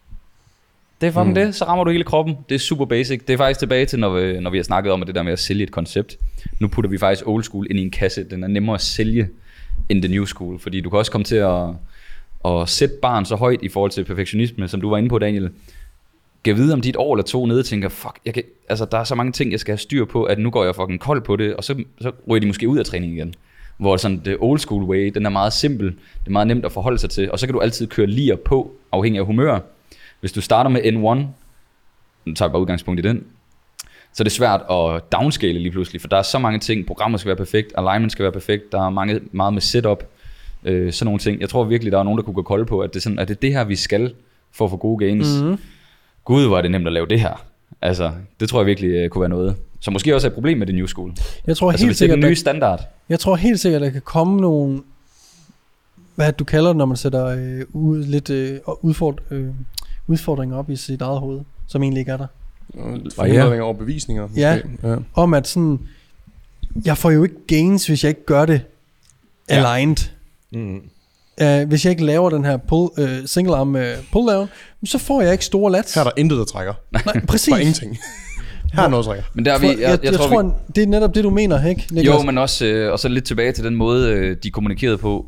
S3: Det er fucking mm. det, så rammer du hele kroppen. Det er super basic. Det er faktisk tilbage til, når vi, når vi har snakket om at det der med at sælge et koncept. Nu putter vi faktisk old school ind i en kasse. Den er nemmere at sælge end the new school, fordi du kan også komme til at, at sætte barn så højt i forhold til perfektionisme, som du var inde på, Daniel. Kan vide om dit år eller to nede og tænker, fuck, jeg kan, altså, der er så mange ting, jeg skal have styr på, at nu går jeg fucking kold på det, og så, så ryger de måske ud af træning igen. Hvor sådan det old school way, den er meget simpel, det er meget nemt at forholde sig til, og så kan du altid køre lige på, afhængig af humør. Hvis du starter med N et, nu tager vi bare udgangspunkt i den, så er det svært at downscale lige pludselig, for der er så mange ting, programmet skal være perfekt, alignment skal være perfekt, der er mange, meget med setup, øh, sådan nogle ting. Jeg tror virkelig, der er nogen, der kunne gå kold på, at det er, sådan, at det, er det her, vi skal for at få gode gains.
S2: Mm-hmm.
S3: Gud, hvor er det nemt at lave det her. Altså, det tror jeg virkelig uh, kunne være noget. Så måske også er et problem med det new school.
S2: Jeg tror
S3: Altså,
S2: helt
S3: hvis det er
S2: sikkert,
S3: den
S2: der,
S3: nye standard.
S2: jeg tror helt sikkert, der kan komme nogle, hvad du kalder det, når man sætter øh, ud, lidt øh, udford, øh, udfordringer op i sit eget hoved, som egentlig ikke er der.
S6: Forhindringer og bevisninger.
S2: Ja.
S6: Måske. Ja.
S2: Om at sådan, jeg får jo ikke gains, hvis jeg ikke gør det aligned.
S6: Mm.
S2: Uh, hvis jeg ikke laver den her pull, uh, single arm uh, pull down, så får jeg ikke store lats.
S6: Her er der intet, der trækker.
S2: Nej, præcis.
S6: Bare ingenting. Her er noget, der trækker.
S3: Men der er vi,
S2: jeg, jeg, jeg, jeg tror,
S3: tror,
S2: tror vi... det er netop det, du mener, ikke, Niklas?
S3: Jo, men også, øh, og så lidt tilbage til den måde, øh, de kommunikerede på,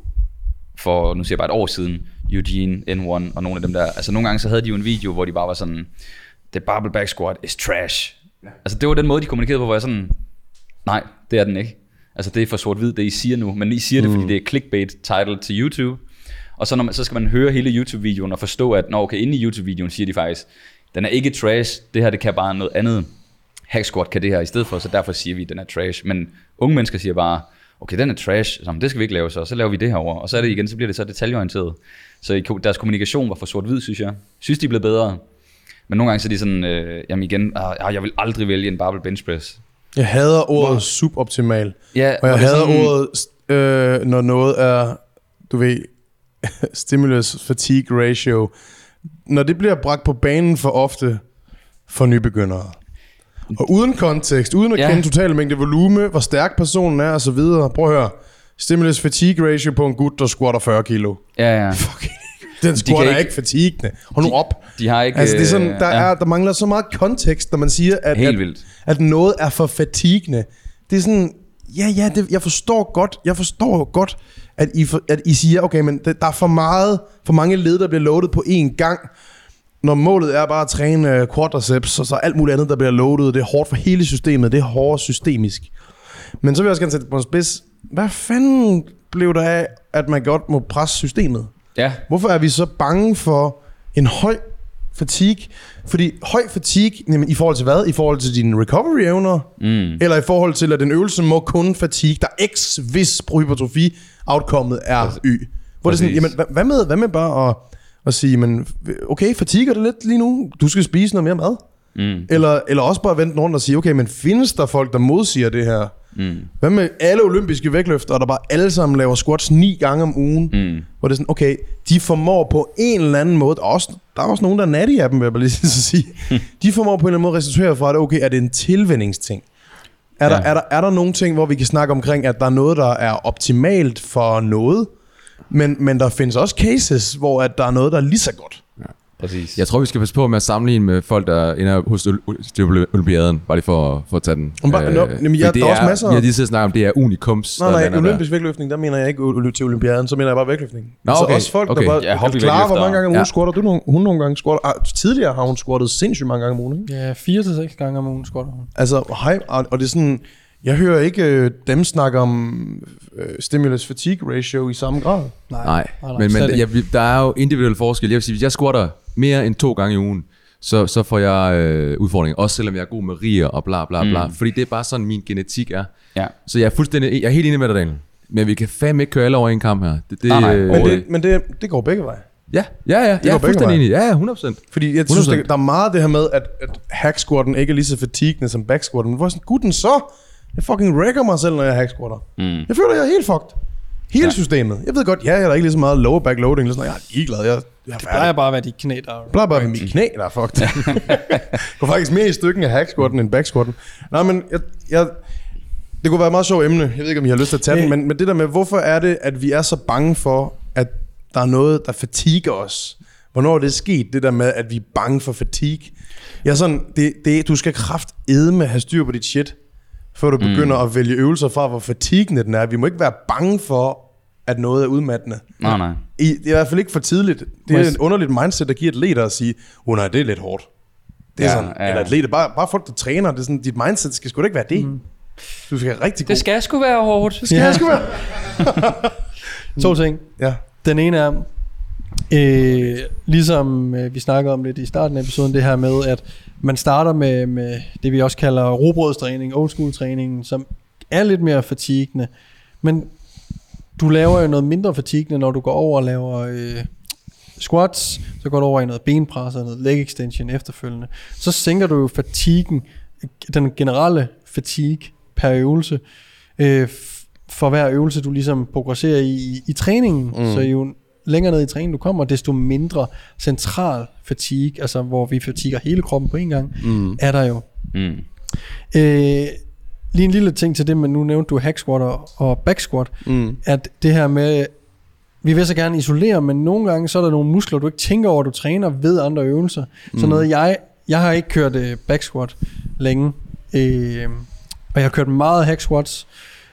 S3: for nu siger jeg bare et år siden, Eugene, N et og nogle af dem der. Altså nogle gange så havde de jo en video, hvor de bare var sådan, the barbell back squat is trash. Ja. Altså det var den måde, de kommunikerede på, hvor jeg sådan, nej, det er den ikke. Altså det er for sort-hvid, det I siger nu, men I siger det, mm. fordi det er clickbait title til YouTube. Og så, når man, så skal man høre hele YouTube-videoen og forstå, at når okay, inde i YouTube-videoen siger de faktisk, den er ikke trash, det her det kan bare noget andet. Hack squat kan det her i stedet for, så derfor siger vi, at den er trash. Men unge mennesker siger bare, okay, den er trash, så det skal vi ikke lave så, så laver vi det herover. Og så er det igen, så bliver det så detaljeorienteret. Så deres kommunikation var for sort-hvid, synes jeg. Synes de er blevet bedre. Men nogle gange så er de sådan, øh, jamen igen, ah, jeg vil aldrig vælge en barbell bench press.
S6: Jeg hader ordet wow. suboptimal.
S3: Ja,
S6: og jeg
S3: og det er
S6: hader
S3: sådan-
S6: ordet, øh, når noget er, du ved, stimulus fatigue ratio. Når det bliver bragt på banen for ofte for nybegyndere. Og uden kontekst, uden at
S3: Ja.
S6: ja. kende total mængde volume, hvor stærk personen er og så videre. Prøv at høre. Stimulus fatigue ratio på en gut, der squatter fyrre kilo.
S3: Ja, ja.
S6: Fucking. Den squatter
S3: kan
S6: ikke,
S3: ikke-
S6: ikke fatigende. Hold nu
S3: De-
S6: op.
S3: De har ikke...
S6: Altså det er sådan,
S3: øh,
S6: der,
S3: ja,
S6: er, der mangler så meget kontekst, når man siger, at,
S3: Helt
S6: at,
S3: vildt.
S6: at noget er for fatigende. Det er sådan, ja, ja, det, jeg forstår godt, jeg forstår godt, at I, for, at I siger, okay, men det, der er for meget, for mange led, der bliver loadet på én gang, når målet er bare at træne uh, quadriceps, og så alt muligt andet, der bliver loadet. Det er hårdt for hele systemet, det er hårdt systemisk. Men så vil jeg også gerne sætte på en spids. Hvad fanden blev der af, at man godt må presse systemet?
S3: Ja,
S6: Hvorfor er vi så bange for en høj fatigue? Fordi høj fatigue, jamen, i forhold til hvad? I forhold til dine recovery-evner?
S3: mm.
S6: Eller i forhold til, at en øvelse må kun fatigue, der x, hvis på hypertrofi outcomet er y. Hvor det er sådan,
S3: Præcis.
S6: jamen, hvad, hvad, med, hvad med bare at, at sige, men, okay, fatigue det lidt lige nu, du skal spise noget mere mad?
S3: Mm.
S6: Eller, eller også bare vente rundt og sige, okay, men findes der folk, der modsiger det her?
S3: Mm.
S6: Hvad med alle olympiske vægtløftere, der bare alle sammen laver squats ni gange om ugen? Mm. Hvor det er sådan, okay, de formår på en eller anden måde, der er også, der er også nogen, der er natty af dem, vil jeg bare lige sige. De formår på en eller anden måde at resultere fra, at okay, er det en tilvændingsting? Er, ja. der, er, der, er der nogle ting, hvor vi kan snakke omkring, at der er noget, der er optimalt for noget, men, men der findes også cases, hvor at der er noget, der er lige så godt?
S5: Ja. Præcis. Jeg tror, vi skal passe på med at sammenligne med folk, der ender hos Olympiaden, bare lige for, for at tage den.
S6: Bare, øh, no, jamen, ja, der er også masser.
S5: Vi har lige siddet og snakket om, det er unikums.
S6: Nej, nej, olympisk vægtløftning, der mener jeg ikke til Olympiaden, så mener jeg bare vægtløftning.
S5: Nå, okay.
S6: Så også folk,
S5: okay.
S6: der bare
S3: ja,
S6: er klar, hvor mange gange om ugen
S3: ja.
S6: squatter du. Nogle, hun nogle gange squatter. Ah, tidligere har hun squattet sindssygt mange gange om ugen, ikke?
S2: Ja, fire til seks gange om ugen squatter hun.
S6: Altså, hej, og, og det er sådan... Jeg hører ikke øh, dem snakke om øh, stimulus-fatigue ratio i samme grad.
S2: Nej,
S5: nej,
S2: nej,
S5: men,
S2: nej
S5: men jeg, der er jo individuelle forskel. Jeg vil sige, hvis jeg squatter mere end to gange i ugen, så, så får jeg øh, udfordringer. Også selvom jeg er god med riger og bla bla bla. Mm. Fordi det er bare sådan, min genetik er. Ja. Så jeg er fuldstændig, jeg er helt enig med dig, Daniel. Men vi kan fandme ikke køre alle over en kamp her. Det, det,
S3: nej, nej,
S5: øh,
S6: men det, men det, det går begge veje.
S5: Ja, ja, ja. Jeg er fuldstændig enig. Ja, hundrede procent.
S6: Fordi jeg synes, der, der er meget det her med, at, at hack squatten ikke er lige så fatigende som back squatten. Hvor sådan, guden så... Jeg fucking wrecker mig selv, når jeg hack squatter. Mm. Jeg føler, jeg er helt fucked. Hele ja. systemet. Jeg ved godt, ja, jeg er ikke lige så meget lower back loading. Jeg er ligeglad. Jeg, jeg er
S2: det plejer bare at være de knæ, der er...
S6: Det plejer bare at være mine knæ, der er fucked. Går faktisk mere i stykken af hack squatten end back squatten. Nej, men jeg, jeg, det kunne være et meget sjovt emne. Jeg ved ikke, om I har lyst til at tage yeah. den, men, men det der med, hvorfor er det, at vi er så bange for, at der er noget, der fatiger os? Hvornår er det sket, det der med, at vi er bange for fatigue? Jeg er sådan, det, det, du skal kraftedme have styr på dit shit, før du begynder mm. at vælge øvelser fra, hvor fatigende den er. Vi må ikke være bange for, at noget er udmattende.
S3: Nej, nej.
S6: I, det er i hvert fald ikke for tidligt. Det er et underligt mindset, der giver atleter at sige, oh nej, det er lidt hårdt. Det er ja, sådan, ja. Eller atleter, bare, bare folk, der træner, det er sådan, dit mindset skal sgu da ikke være det. Mm. Du skal være rigtig god.
S3: Det skal sgu være hårdt.
S6: Det skal ja. sgu være.
S2: To ting.
S6: Ja.
S2: Den ene er, øh, ligesom øh, vi snakkede om lidt i starten af episoden, det her med, at man starter med, med det, vi også kalder robrødstræning, old school træningen, som er lidt mere fatigende. Men du laver jo noget mindre fatigende, når du går over og laver øh, squats, så går du over i noget benpres og noget leg extension efterfølgende. Så sænker du jo fatiguen, den generelle fatigue per øvelse, øh, for hver øvelse, du ligesom progresserer i, i, i træningen. Mm. Så jo længere ned i træningen du kommer, desto mindre central fatigue, altså hvor vi fatiger hele kroppen på en gang, mm. er der jo. Mm. Øh, lige en lille ting til det, men nu nævnte du hack squat og, og back squat, mm. at det her med, vi vil så gerne isolere, men nogle gange så er der nogle muskler, du ikke tænker over, du træner ved andre øvelser. Mm. Så noget, jeg, jeg har ikke kørt uh, back squat længe, øh, og jeg har kørt meget hack squats,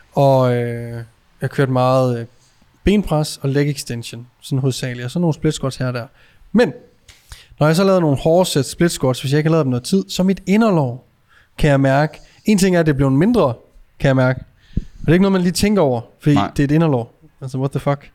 S2: og øh, jeg har kørt meget øh, benpres og leg extension, sådan hovedsageligt, og så nogle split squats her og der. Men når jeg så lavede nogle hårde sæt split squats, hvis jeg ikke har lavet dem noget tid, så mit inderlov kan jeg mærke. En ting er, at det bliver mindre, kan jeg mærke. Og det er ikke noget, man lige tænker over, fordi Nej. det er et inderlov. Altså, what the fuck.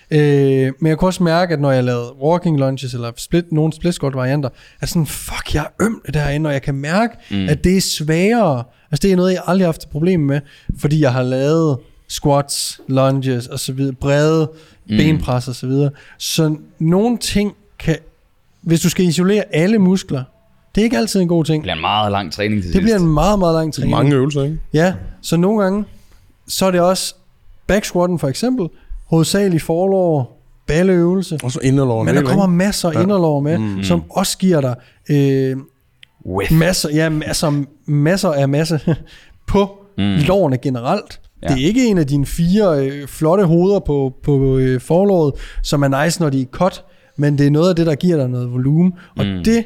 S2: Øh, men jeg kunne også mærke, at når jeg lavede walking lunges, eller split, nogle split squat varianter, at sådan, fuck, jeg er øm derinde, og jeg kan mærke, mm. at det er sværere. Altså, det er noget, jeg aldrig har haft et problem med, fordi jeg har lavet squats, lunges og så videre, brede mm. benpres og så videre. Så nogle ting kan, hvis du skal isolere alle muskler, det er ikke altid en god ting.
S3: Det bliver en meget lang træning til
S2: Det
S3: sidst.
S2: bliver en meget, meget lang træning.
S6: Mange øvelser, ikke?
S2: Ja, så nogle gange, så er det også back squatten for eksempel, hovedsageligt forlår, balleøvelse.
S6: Og så inderlår.
S2: Men der kommer masser af ja. inderlår med, mm. som også giver dig øh, masser, ja, masser, masser af masse på mm. lårene generelt. Ja. Det er ikke en af dine fire øh, flotte hoveder på, på øh, forlåret, som er nice, når de er cut, men det er noget af det, der giver dig noget volumen. Og mm. det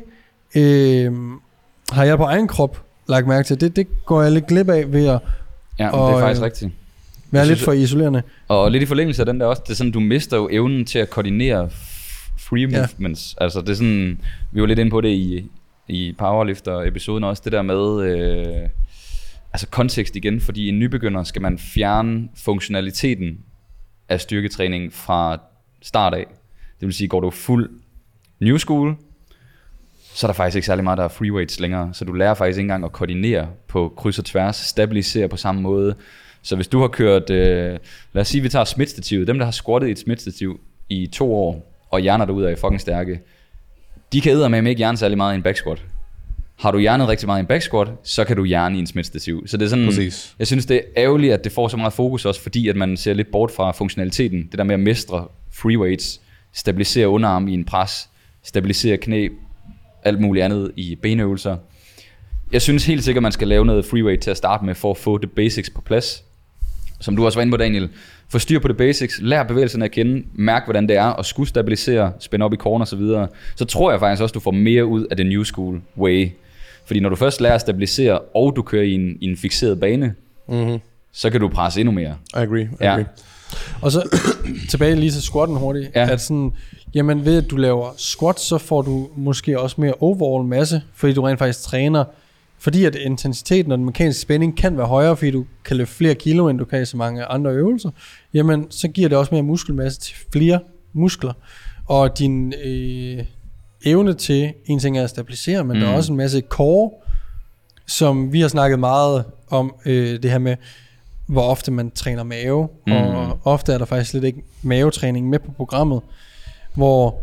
S2: øh, har jeg på egen krop lagt mærke til. Det, det går jeg lidt glip af ved at
S3: ja, og, det er faktisk øh, rigtigt.
S2: Være lidt for isolerende.
S3: Og lidt i forlængelse af den der også, det er sådan, du mister jo evnen til at koordinere free movements. Ja. Altså det er sådan, vi var lidt inde på det i, i powerlifter-episoden også, det der med, øh, altså kontekst igen, fordi en nybegynder skal man fjerne funktionaliteten af styrketræning fra start af. Det vil sige, går du fuld new school, så er der faktisk ikke særlig meget, der er free weights længere. Så du lærer faktisk ikke engang at koordinere på kryds og tværs, stabilisere på samme måde. Så hvis du har kørt, øh, lad os sige, vi tager Smith-stativet, dem der har squattet i et Smith-stativ i to år, og hjerner derude er fucking stærke, de kan eddermame ikke hjerne særlig meget i en back squat. Har du hjernet rigtig meget i en back squat, så kan du hjerne i en Smith-stativ. Så det er sådan,
S6: Præcis.
S3: jeg synes det er ærgerligt, at det får så meget fokus også, fordi at man ser lidt bort fra funktionaliteten. Det der med at mestre free weights, stabilisere underarm i en pres, stabilisere knæ, alt muligt andet i benøvelser. Jeg synes helt sikkert, man skal lave noget free weight til at starte med, for at få det basics på plads. Som du også var inde på, Daniel. Få styr på det basics, lær bevægelserne at kende, mærk hvordan det er, og skulle stabilisere, spænde op i corner og så videre. Så tror jeg faktisk også, du får mere ud af det new school way. Fordi når du først lærer at stabilisere, og du kører i en, i en fixeret bane, mm-hmm. så kan du presse endnu mere.
S6: I agree, I
S3: Ja.
S6: agree.
S2: Og så tilbage lige til squatten hurtigt.
S3: Ja.
S2: At sådan, jamen ved at du laver squat, så får du måske også mere overall masse, fordi du rent faktisk træner. Fordi at intensiteten og den mekaniske spænding kan være højere, fordi du kan løfte flere kilo, end du kan i så mange andre øvelser. Jamen, så giver det også mere muskelmasse til flere muskler. Og din øh, evne til, en ting er at stabilisere, men mm. der er også en masse core, som vi har snakket meget om, øh, det her med, hvor ofte man træner mave, mm. og ofte er der faktisk lidt ikke mavetræning med på programmet, hvor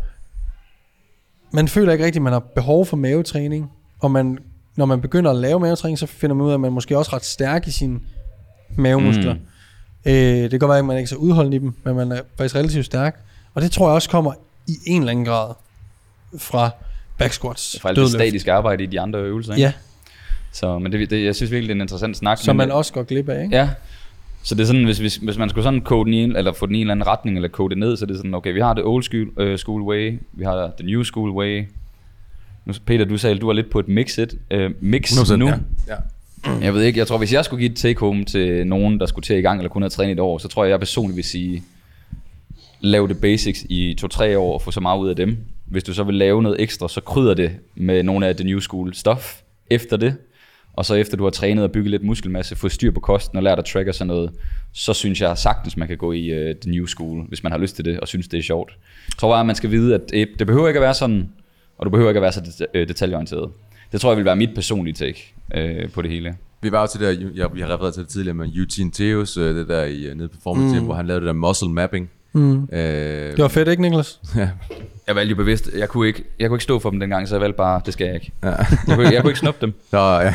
S2: man føler ikke rigtigt, at man har behov for mavetræning, og man, når man begynder at lave mavetræning, så finder man ud af, at man måske også er ret stærk i sine mavemuskler. Mm. Øh, det kan godt være, at man ikke er så udholdende i dem, men man er faktisk relativt stærk, og det tror jeg også kommer i en eller anden grad fra back squats,
S3: For alt det statiske arbejde i de andre øvelser, ikke?
S2: Ja.
S3: Så, men det, det, jeg synes virkelig, det er en interessant snak.
S2: Som
S3: men
S2: man
S3: det,
S2: også går glip af, ikke?
S3: Ja. Så det er sådan, hvis, hvis, hvis man skulle sådan kode den i en, eller få den i en eller anden retning, eller kode det ned, så det er sådan, okay, vi har det old school, uh, school way, vi har the new school way. Nu, Peter, du sagde, at du var lidt på et mixet uh, mix
S5: hundrede procent,
S3: nu.
S5: ja. Ja.
S3: Jeg ved ikke, jeg tror, hvis jeg skulle give et take home til nogen, der skulle til i gang, eller kun have trænet et år, så tror jeg, jeg personligt vil sige, lav det basics i to-tre år, og få så meget ud af dem. Hvis du så vil lave noget ekstra, så krydder det med nogle af det new school stuff efter det. Og så efter du har trænet og bygget lidt muskelmasse, fået styr på kosten og lært at track og sådan noget, så synes jeg sagtens, man kan gå i uh, the new school, hvis man har lyst til det og synes, det er sjovt. Jeg tror bare, at man skal vide, at det, det behøver ikke at være sådan, og du behøver ikke at være så det, detaljeorienteret. Det tror jeg vil være mit personlige take uh, på det hele.
S5: Vi var jo til det der, jeg, vi har refereret til det tidligere med Eugene Theos, øh, det der i nede på Performance Gym, mm. hvor han lavede det der muscle mapping. Mm. Øh,
S2: Det var fedt, ikke, Niklas?
S5: ja.
S3: Jeg valgte jo bevidst, jeg kunne ikke, jeg kunne ikke stå for dem dengang, så jeg valgte bare, det skal jeg ikke. Ja. Jeg, kunne, jeg kunne ikke snuppe dem.
S5: Nå, ja.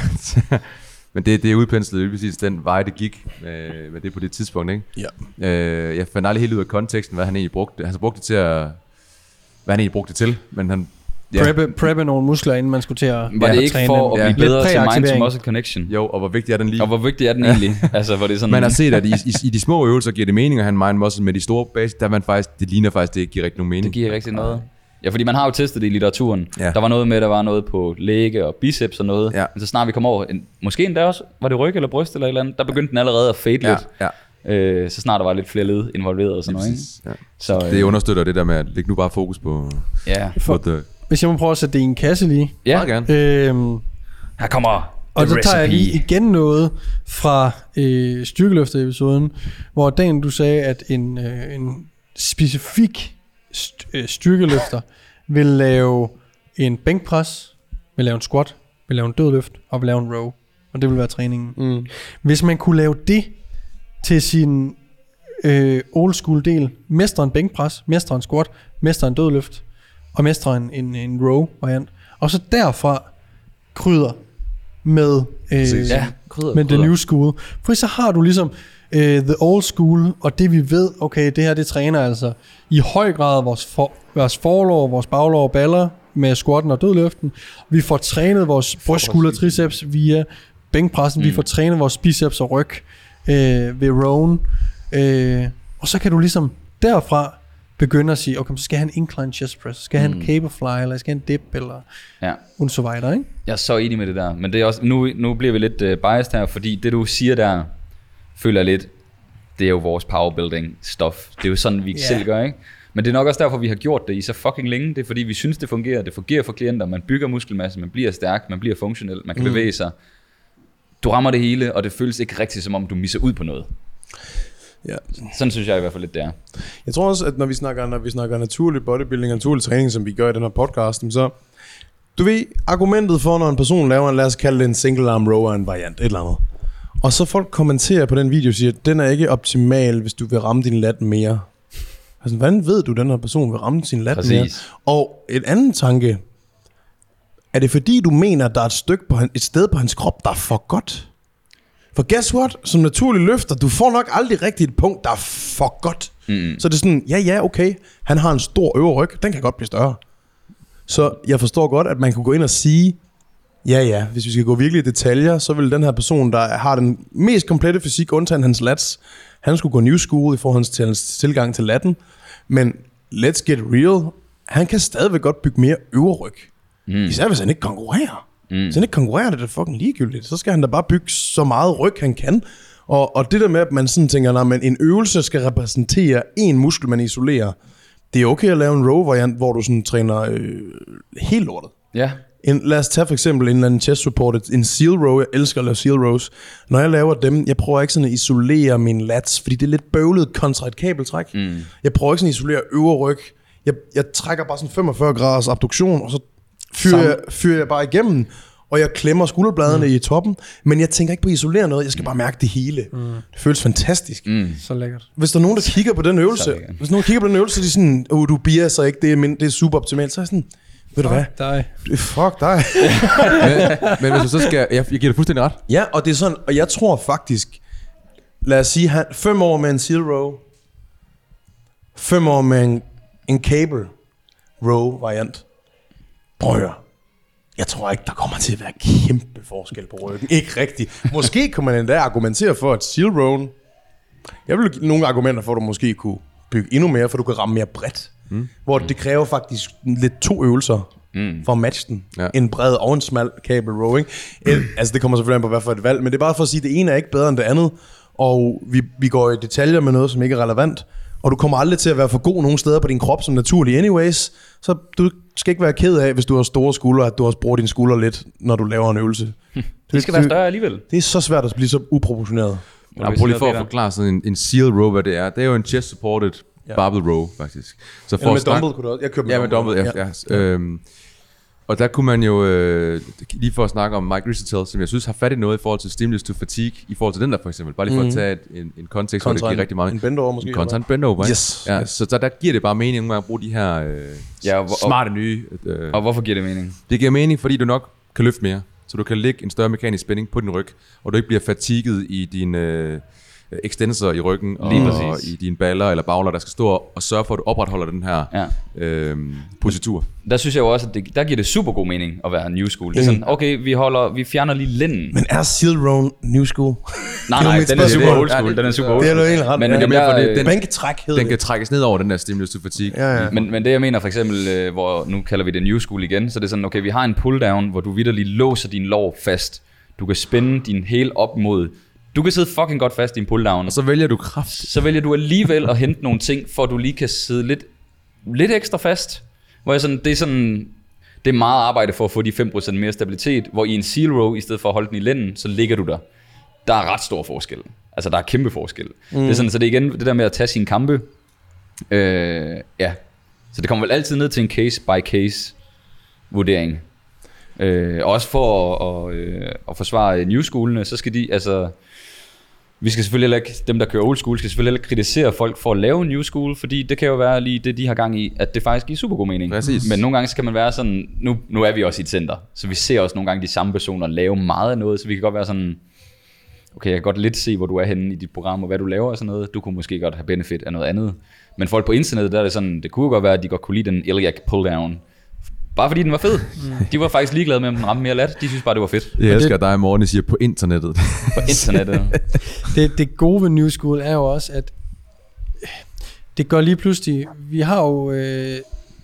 S5: Men det, det er udpenslet lige præcis den vej, det gik med, med det på det tidspunkt, ikke?
S6: Ja.
S5: Øh, jeg fandt aldrig helt ud af konteksten, hvad han egentlig brugte. Han brugte det til at, hvad han egentlig brugte det til, men han...
S2: Ja. Preppe, preppe nogle muskler, inden man skulle til at
S3: Var det
S2: ja,
S3: ikke
S2: træne
S3: for
S2: dem.
S3: at blive
S2: Ja.
S3: bedre
S2: Lidt
S3: til mind to
S2: præaktivering.
S3: muscle connection?
S5: Jo, og hvor vigtig er den lige?
S3: Og hvor vigtig er den egentlig? Altså, hvor det er sådan,
S5: Man har set, at i, i, i de små øvelser giver det mening at have mind muscle, med de store base, der man faktisk, det ligner faktisk, det ikke giver rigtig nogen mening.
S3: det giver ikke rigtig noget. Ja, fordi man har jo testet det i litteraturen.
S5: Ja.
S3: Der var noget med, der var noget på læge og biceps og noget.
S5: Ja.
S3: Men så snart vi kom over, en, måske endda også, var det ryg eller bryst eller et eller andet, der begyndte den allerede at fade
S5: Ja,
S3: lidt.
S5: ja.
S3: Øh, så snart der var lidt flere led involveret og sådan noget, ikke?
S5: Ja.
S3: Så, øh,
S5: Det understøtter det der med at lægge nu bare fokus på,
S3: ja.
S5: på the,
S2: Hvis jeg må prøve at sætte det i en kasse lige.
S3: Ja,
S5: meget gerne.
S2: Øhm,
S3: her kommer
S2: og
S3: the
S2: så tager jeg
S3: recipe.
S2: lige igen noget fra øh, styrkeløfter-episoden, hvor Dan, du sagde, at en, øh, en specifik st- øh, styrkeløfter vil lave en bænkpres, vil lave en squat, vil lave en dødløft og vil lave en row. Og det vil være træningen.
S6: Mm.
S2: Hvis man kunne lave det til sin øh, old school del, mestre en bænkpres, mestre en squat, mestre en dødløft, og mestre en, en, en row variant, og så derfra krydder med, øh,
S3: Ja, krydder,
S2: med the
S3: krydder.
S2: new school. For så har du ligesom øh, the old school, og det vi ved, okay, det her det træner altså i høj grad vores, for, vores forlår, vores baglår og baller med squatten og dødløften. Vi får trænet vores brystskulder og triceps via bænkpressen, mm. vi får trænet vores biceps og ryg øh, ved rowen, øh, og så kan du ligesom derfra begynde at sige, okay, så skal jeg have en incline chest press, skal jeg have
S3: Mm.
S2: en cable fly, eller skal jeg have en dip, eller
S3: Ja.
S2: und so weiter, ikke?
S3: Jeg er så enig med det der, men det er også, nu, nu bliver vi lidt uh, biased her, fordi det du siger der, føler jeg lidt, det er jo vores powerbuilding stuff. Det er jo sådan, vi
S2: Ja.
S3: selv gør, ikke? Men det er nok også derfor, vi har gjort det i så fucking længe. Det er fordi, vi synes, det fungerer. Det fungerer for klienter. Man bygger muskelmasse, man bliver stærk, man bliver funktionel, man kan mm. bevæge sig. Du rammer det hele, og det føles ikke rigtigt, som om du misser ud på noget.
S6: Ja.
S3: Sådan synes jeg i hvert fald lidt, det er.
S6: Jeg tror også, at når vi snakker, når vi snakker naturlig bodybuilding og naturlig træning, som vi gør i den her podcast, så du ved, argumentet for, når en person laver en, lad os kalde det en single arm rower, en variant, et eller andet. Og så folk kommenterer på den video og siger, at den er ikke optimal, hvis du vil ramme din lat mere. Altså, hvordan ved du, at den her person vil ramme sin lat mere?
S3: Præcis.
S6: Og et andet tanke, er det fordi, du mener, at der er et, stykke på, et sted på hans krop, der er for godt? For guess what? Som naturlig løfter, du får nok aldrig rigtigt et punkt, der er for godt. Mm. Så det er sådan, ja, ja, okay, han har en stor øvre ryg, den kan godt blive større. Så jeg forstår godt, at man kunne gå ind og sige, ja, ja, hvis vi skal gå virkelig i detaljer, så vil den her person, der har den mest komplette fysik, undtagen hans lats, han skulle gå new school i forhold til hans tilgang til latten. Men let's get real, han kan stadigvæk godt bygge mere øvre ryg. Mm. Især hvis han ikke konkurrerer. Mm. Hvis han ikke konkurrerer, det er fucking ligegyldigt. Så skal han da bare bygge så meget ryg, han kan. Og, og det der med, at man sådan tænker, at en øvelse skal repræsentere en muskel, man isolerer. Det er okay at lave en row-variant, hvor du sådan træner øh, helt lortet.
S3: Ja.
S6: En, lad os tage for eksempel en eller anden chest support, en seal row. Jeg elsker at lave seal rows. Når jeg laver dem, jeg prøver ikke sådan at isolere min lats, fordi det er lidt bøvlet kontra et kabeltræk. Mm. Jeg prøver ikke sådan at isolere øvre ryg. Jeg, jeg trækker bare sådan femogfyrre graders abduktion, og så fyrer jeg, fyrer jeg bare igennem, og jeg klemmer skulderbladene mm. i toppen, men jeg tænker ikke på at isolere noget, jeg skal bare mærke det hele. Mm. Det føles fantastisk. Mm.
S2: Så lækkert.
S6: Hvis der er nogen, der kigger på den øvelse, hvis nogen kigger på den øvelse, de er sådan, oh, du bier så ikke, det er, min, det er super optimalt, så er jeg sådan, ved du hvad?
S2: Dig.
S6: Fuck dig.
S5: men, men hvis du så skal, jeg, jeg giver dig fuldstændig ret.
S6: Ja, og det er sådan, og jeg tror faktisk, lad os sige, han, fem år med en seal row, fem år med en, en cable row variant. Prøv at høre. Jeg tror ikke, der kommer til at være kæmpe forskel på ryggen. Ikke rigtigt. Måske kan man endda argumentere for, at seal rowen, jeg vil give nogle argumenter for, at du måske kunne bygge endnu mere, for du kan ramme mere bredt. Mm. Hvor det kræver faktisk lidt to øvelser mm. for at matche den. Ja. En bred og en smal cable row, ikke? Mm. Altså det kommer selvfølgelig an på, hvad for et valg, men det er bare for at sige, at det ene er ikke bedre end det andet, og vi, vi går i detaljer med noget, som ikke er relevant, og du kommer aldrig til at være for god nogen steder på din krop som naturlig anyways, så du skal ikke være ked af, hvis du har store skuldre, at du også bruger dine skuldre lidt, når du laver en øvelse.
S3: Det skal være større alligevel.
S6: Det er så svært at blive så uproportioneret.
S5: Ja, prøv lige for at forklare sådan en, en seal row, hvad det er. Det er jo en chest supported ja. barbell row, faktisk. Så for
S6: med
S5: snak...
S6: dumbbell kunne du også. Jeg købte
S5: med ja, dumbbell. Ja, ja. ja. Øhm, og der kunne man jo, øh, lige for at snakke om Mike Risatil, som jeg synes har fat i noget i forhold til stimulus to fatigue, i forhold til den der for eksempel. Bare lige for mm. at tage et, en, en kontekst, hvor det giver rigtig meget.
S6: En bend over måske.
S5: En kontra en bend over,
S6: yes,
S5: ja,
S6: yes.
S5: Så der, der giver det bare mening at bruge de her øh, ja, og, smarte nye. Øh,
S3: og hvorfor giver det mening?
S5: Det giver mening, fordi du nok kan løfte mere. Så du kan lægge en større mekanisk spænding på din ryg, og du ikke bliver fatiget i din... Øh, extensor i ryggen og, og i dine baller eller bagler, der skal stå og sørge for, at du opretholder den her ja. øhm, positur.
S3: Der synes jeg jo også, at det, der giver det super god mening at være new school. Det er sådan, okay, vi holder, vi fjerner lige lænden.
S6: Men er seal row new school?
S3: Nej, nej, den er super old school. Den er super old school.
S6: Det er jo helt ret.
S3: Men,
S6: men
S3: men
S6: mere
S3: for
S6: det, den, bænketræk hedder
S5: den kan trækkes ned over den der stimulus to fatigue.
S6: Ja, ja.
S3: Men, men det jeg mener for eksempel, hvor nu kalder vi det new school igen, så det er sådan, okay, vi har en pull down, hvor du vitterligt låser din lår fast. Du kan spænde din hæl op mod. Du kan sidde fucking godt fast i en pull-down.
S5: Og så vælger du kraft.
S3: Så vælger du alligevel at hente nogle ting, for at du lige kan sidde lidt, lidt ekstra fast. Hvor jeg sådan, det er sådan, det er meget arbejde for at få de fem procent mere stabilitet, hvor i en seal row, i stedet for at holde den i lænden, så ligger du der. Der er ret stor forskel. Altså der er kæmpe forskel. Mm. Det er sådan, så det er igen det der med at tage sine kampe. Øh, ja. Så det kommer vel altid ned til en case by case vurdering. Øh, også for at, at, øh, at forsvare new schoolene, så skal de, altså, vi skal selvfølgelig ikke, dem der kører old school, skal selvfølgelig ikke kritisere folk for at lave en new school, fordi det kan jo være lige det, de har gang i, at det faktisk giver super god mening.
S5: Præcis.
S3: Men nogle gange skal man være sådan, nu, nu er vi også i et center, så vi ser også nogle gange de samme personer lave meget af noget, så vi kan godt være sådan, okay, jeg kan godt lidt se, hvor du er henne i dit program, og hvad du laver og sådan noget, du kunne måske godt have benefit af noget andet. Men folk på internettet, der er det sådan, det kunne godt være, at de godt kunne lide den iliac pull-down, bare fordi den var fed. Mm. De var faktisk ligeglade med, om den ramte mere lat. De synes bare, det var fedt.
S5: Jeg elsker dig, Morten, siger på internettet.
S3: På internettet.
S2: det, det gode ved New School er jo også, at det går lige pludselig... Vi har jo øh,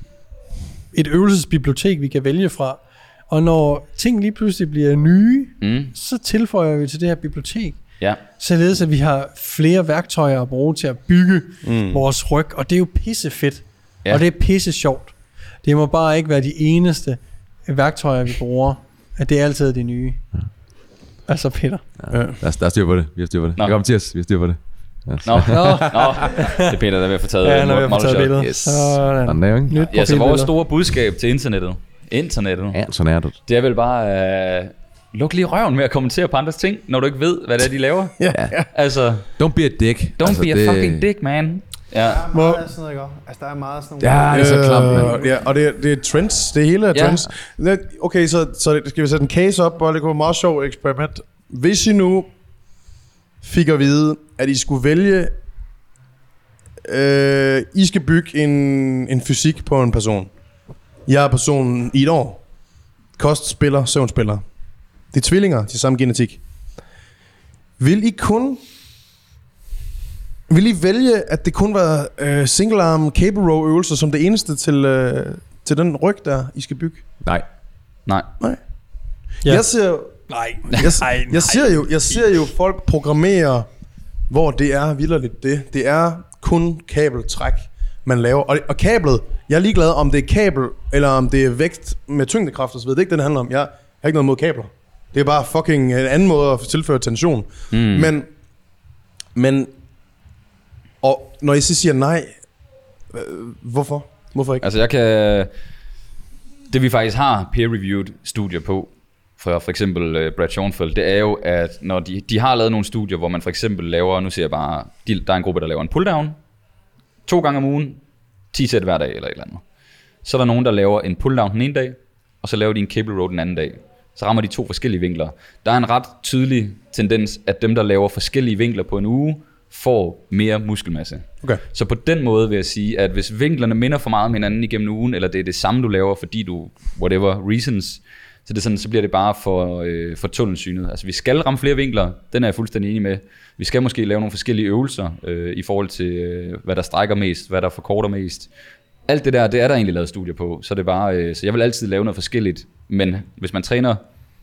S2: et øvelsesbibliotek, vi kan vælge fra. Og når ting lige pludselig bliver nye, mm. så tilføjer vi til det her bibliotek.
S3: Ja.
S2: Således at vi har flere værktøjer at bruge til at bygge mm. vores ryg. Og det er jo pisse fedt. Ja. Og det er pisse sjovt. Det må bare ikke være de eneste værktøjer, vi bruger. At det er altid de nye. Ja. Altså Peter.
S5: Ja. Ja. Der, er, der er styr på det. Vi har styr på det. Nå. Jeg kommer til os. Vi har styr på det. Ja.
S3: Nå. Nå. Nå. Det er Peter, der er ved at få taget
S2: ja, når vi har taget billedet.
S3: Yes.
S2: Sådan.
S5: Ja,
S3: ja, så vores store budskab til internettet. Internettet.
S5: Internettet.
S3: Det er vel bare... Uh, luk lige røven med at kommentere på andres ting, når du ikke ved, hvad det er, de laver.
S6: Ja.
S3: Altså...
S5: Don't be a dick.
S3: Don't
S5: altså,
S3: be a
S5: det...
S3: fucking dick, man. Ja.
S4: Der er
S2: Må-
S4: meget af sådan noget, ikke? Altså, der er meget sådan nogle...
S5: Ja, det er så klamt, mand.
S6: Ja, og det, er- det er trends. Det hele er
S3: Ja.
S6: trends. Okay, så, så skal vi sætte en case op, og det kunne være et meget sjovt eksperiment. Hvis I nu fik at vide, at I skulle vælge... Øh, I skal bygge en, en fysik på en person. Jeg er personen i et år. Kostspiller, søvnspiller. Det er tvillinger til samme genetik. Vil I kun... Vil I vælge, at det kun var øh, single arm cable row øvelser som det eneste til, øh, til den ryg, der I skal bygge?
S5: Nej.
S3: Nej.
S6: Nej.
S2: Ja.
S6: Jeg ser,
S2: Nej.
S6: jeg, jeg, ser jo, jeg ser jo folk programmere, hvor det er vildt det. Det er kun kabeltræk, man laver. Og, og kablet, jeg er ligeglad om det er kabel, eller om det er vægt med tyngdekraft og så videre. Det er ikke det, det handler om. Jeg har ikke noget mod kabler. Det er bare fucking en anden måde at tilføre tension. Mm. Men, men, og når I så siger nej, øh, hvorfor? Hvorfor ikke?
S3: Altså jeg kan... Det vi faktisk har peer-reviewed studier på, fra for eksempel uh, Brad Schoenfeld, det er jo, at når de, de har lavet nogle studier, hvor man for eksempel laver, nu siger jeg bare, de, der er en gruppe, der laver en pull-down, to gange om ugen, ti sæt hver dag eller et eller andet. Så er der nogen, der laver en pull-down den ene dag, og så laver de en cable row den anden dag. Så rammer de to forskellige vinkler. Der er en ret tydelig tendens, at dem, der laver forskellige vinkler på en uge, får mere muskelmasse.
S6: Okay.
S3: Så på den måde vil jeg sige, at hvis vinklerne minder for meget om hinanden igennem ugen, eller det er det samme, du laver, fordi du, whatever reasons, så, det er sådan, så bliver det bare for, øh, for tunnelsynet. Altså vi skal ramme flere vinkler, den er jeg fuldstændig enig med. Vi skal måske lave nogle forskellige øvelser, øh, i forhold til, øh, hvad der strækker mest, hvad der forkorter mest. Alt det der, det er der egentlig lavet studier på, så det er bare, øh, så jeg vil altid lave noget forskelligt, men hvis man træner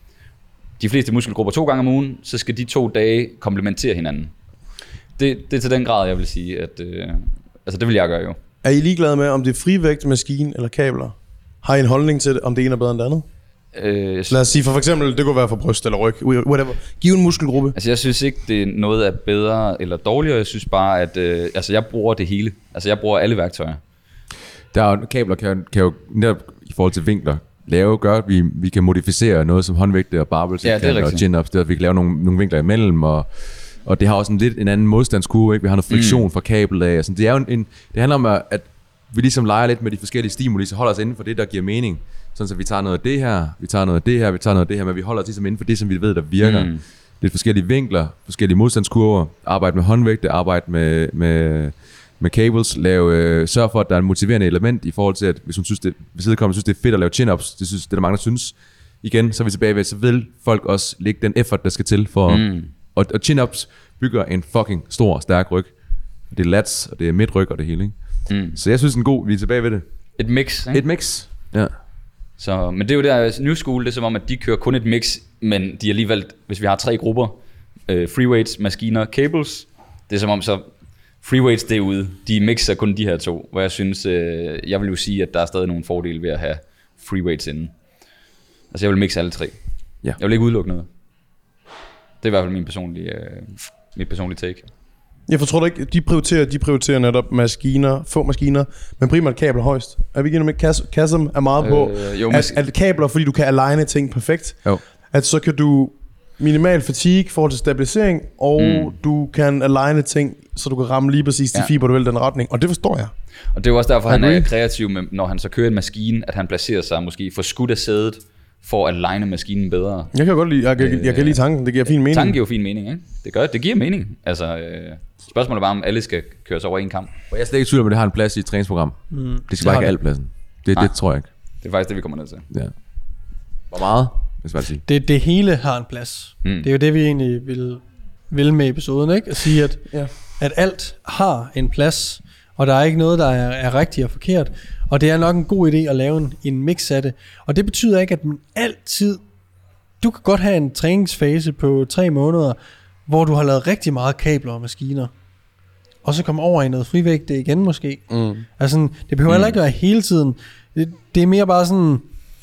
S3: de fleste muskelgrupper to gange om ugen, så skal de to dage komplementere hinanden. Det, det er til den grad, jeg vil sige, at øh, altså det vil jeg gøre jo.
S6: Er I ligeglade med, om det er frivægt, maskine eller kabler? Har I en holdning til det, om det ene er bedre end det andet?
S3: Øh,
S6: Lad os sige, for, for eksempel, det kunne være for bryst eller ryg, whatever. Giv en muskelgruppe.
S3: Altså jeg synes ikke, det er noget er bedre eller dårligere. Jeg synes bare, at øh, altså jeg bruger det hele. Altså jeg bruger alle værktøjer.
S5: Der er jo, kabler kan, kan jo netop i forhold til vinkler lave, gør, at vi, vi kan modificere noget som håndvægte og barbells
S3: Ja, det er
S5: og
S3: rigtigt.
S5: chin-ups, det, at vi kan lave nogle, nogle vinkler imellem, og, og det har også en lidt en anden modstandskurve, ikke? Vi har noget friktion mm. fra kablet af. Altså, det, er jo en, det handler om, at vi ligesom leger lidt med de forskellige stimuli, så holder os inden for det, der giver mening. Sådan så vi tager noget af det her, vi tager noget af det her, vi tager noget af det her, men vi holder os ligesom inden for det, som vi ved, der virker. Mm. Lidt forskellige vinkler, forskellige modstandskurver, arbejde med håndvægte, arbejde med, med, med cables, lave, øh, sørg for, at der er et motiverende element i forhold til, at hvis hun synes, det, hvis vedkommende synes, det er fedt at lave chin-ups, det, synes, det er der mange, der synes. Igen, så er vi tilbage ved, så vil folk også lægge den effort, der skal til for... Mm. Og, og chin-ups bygger en fucking stor, stærk ryg. Det er lats, og det er midtryg, og det hele, ikke? Mm. Så jeg synes, en god, vi er tilbage ved det.
S3: Et mix, ikke?
S5: Et mix. Ja.
S3: Så, men det er jo der, New School, det er som om, at de kører kun et mix, men de har alligevel, hvis vi har tre grupper, øh, freeweights, maskiner, cables, det er som om så, freeweights derude, de mixer kun de her to, hvor jeg synes, øh, jeg vil jo sige, at der er stadig nogle fordele ved at have freeweights inde. Altså jeg vil mixe alle tre.
S5: Ja.
S3: Jeg vil ikke udelukke noget. Det er i hvert fald min personlige, øh, mit personlige take.
S6: Jeg forstår ikke, de prioriterer, de prioriterer netop maskiner, få maskiner, men primært kabler højst. Er vi ikke med, at Chasm er meget på,
S3: Øh, jo,
S6: at,
S3: mas-
S6: at kabler, fordi du kan aligne ting perfekt,
S5: Jo.
S6: at så kan du minimal fatigue i forhold til stabilisering, og mm. du kan aligne ting, så du kan ramme lige præcis de
S3: Ja.
S6: fiber, du vil den retning. Og det forstår jeg.
S3: Og det er jo også derfor, han
S6: Agree.
S3: er kreativ, med, når han så kører en maskine, at han placerer sig måske for skudt af sædet, for at aligne maskinen bedre.
S6: Jeg kan godt lide, jeg, jeg, jeg kan lide tanken, det giver fin mening.
S3: Tanken giver jo fin mening, ikke? Det gør det giver mening. Altså, øh, spørgsmålet er bare, om alle skal køres over en kamp.
S5: Og jeg er slet ikke i tvivl om, at det har en plads i et træningsprogram. Mm. Det skal bare
S2: har
S5: ikke
S2: det.
S5: al pladsen. Det,
S3: Nej.
S5: det tror jeg ikke.
S3: Det er faktisk det, vi kommer ned til.
S5: Ja. Hvor meget? Hvis man sige.
S2: Det, det hele har en plads.
S3: Mm.
S2: Det er jo det, vi egentlig vil, vil med episoden, ikke? At sige, at,
S6: Ja.
S2: at alt har en plads, og der er ikke noget, der er, er rigtigt og forkert. Og det er nok en god idé at lave en, en mix af det. Og det betyder ikke, at man altid... Du kan godt have en træningsfase på tre måneder, hvor du har lavet rigtig meget kabler og maskiner. Og så komme over i noget frivægt igen måske.
S6: Mm.
S2: Altså, det behøver mm. heller ikke være hele tiden. Det, det er mere bare sådan...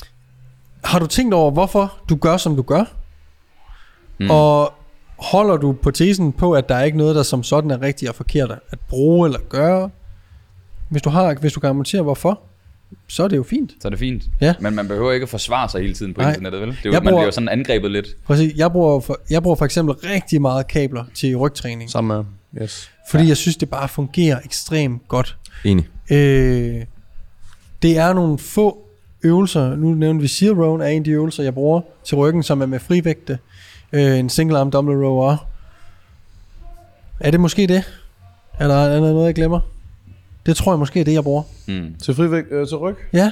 S2: Har du tænkt over, hvorfor du gør, som du gør? Mm. Og holder du på tesen på, at der er ikke noget, der som sådan er rigtigt og forkert at bruge eller gøre? Hvis du, har, hvis du kan argumentere, hvorfor, så er det jo fint.
S3: Så er det fint.
S2: Ja.
S3: Men man behøver ikke at forsvare sig hele tiden på
S2: Nej.
S3: internettet, vel? Det er jo,
S2: Jeg
S3: man
S2: bruger-
S3: bliver jo sådan angrebet lidt.
S2: Præcis. Jeg bruger, for, jeg bruger for eksempel rigtig meget kabler til rygtræning.
S6: Samme med. Yes.
S2: Fordi ja. jeg synes, det bare fungerer ekstremt godt.
S5: Enig.
S2: Øh, det er nogle få øvelser. Nu nævnte vi Seal Row er en af de øvelser, jeg bruger til ryggen, som er med frivægte. Øh, en single arm dumbbell row også. Er det måske det? Er der, er der noget, jeg glemmer? Det tror jeg måske er det, jeg bruger.
S3: Mm.
S6: Til frivægt, øh, til ryg?
S2: Ja.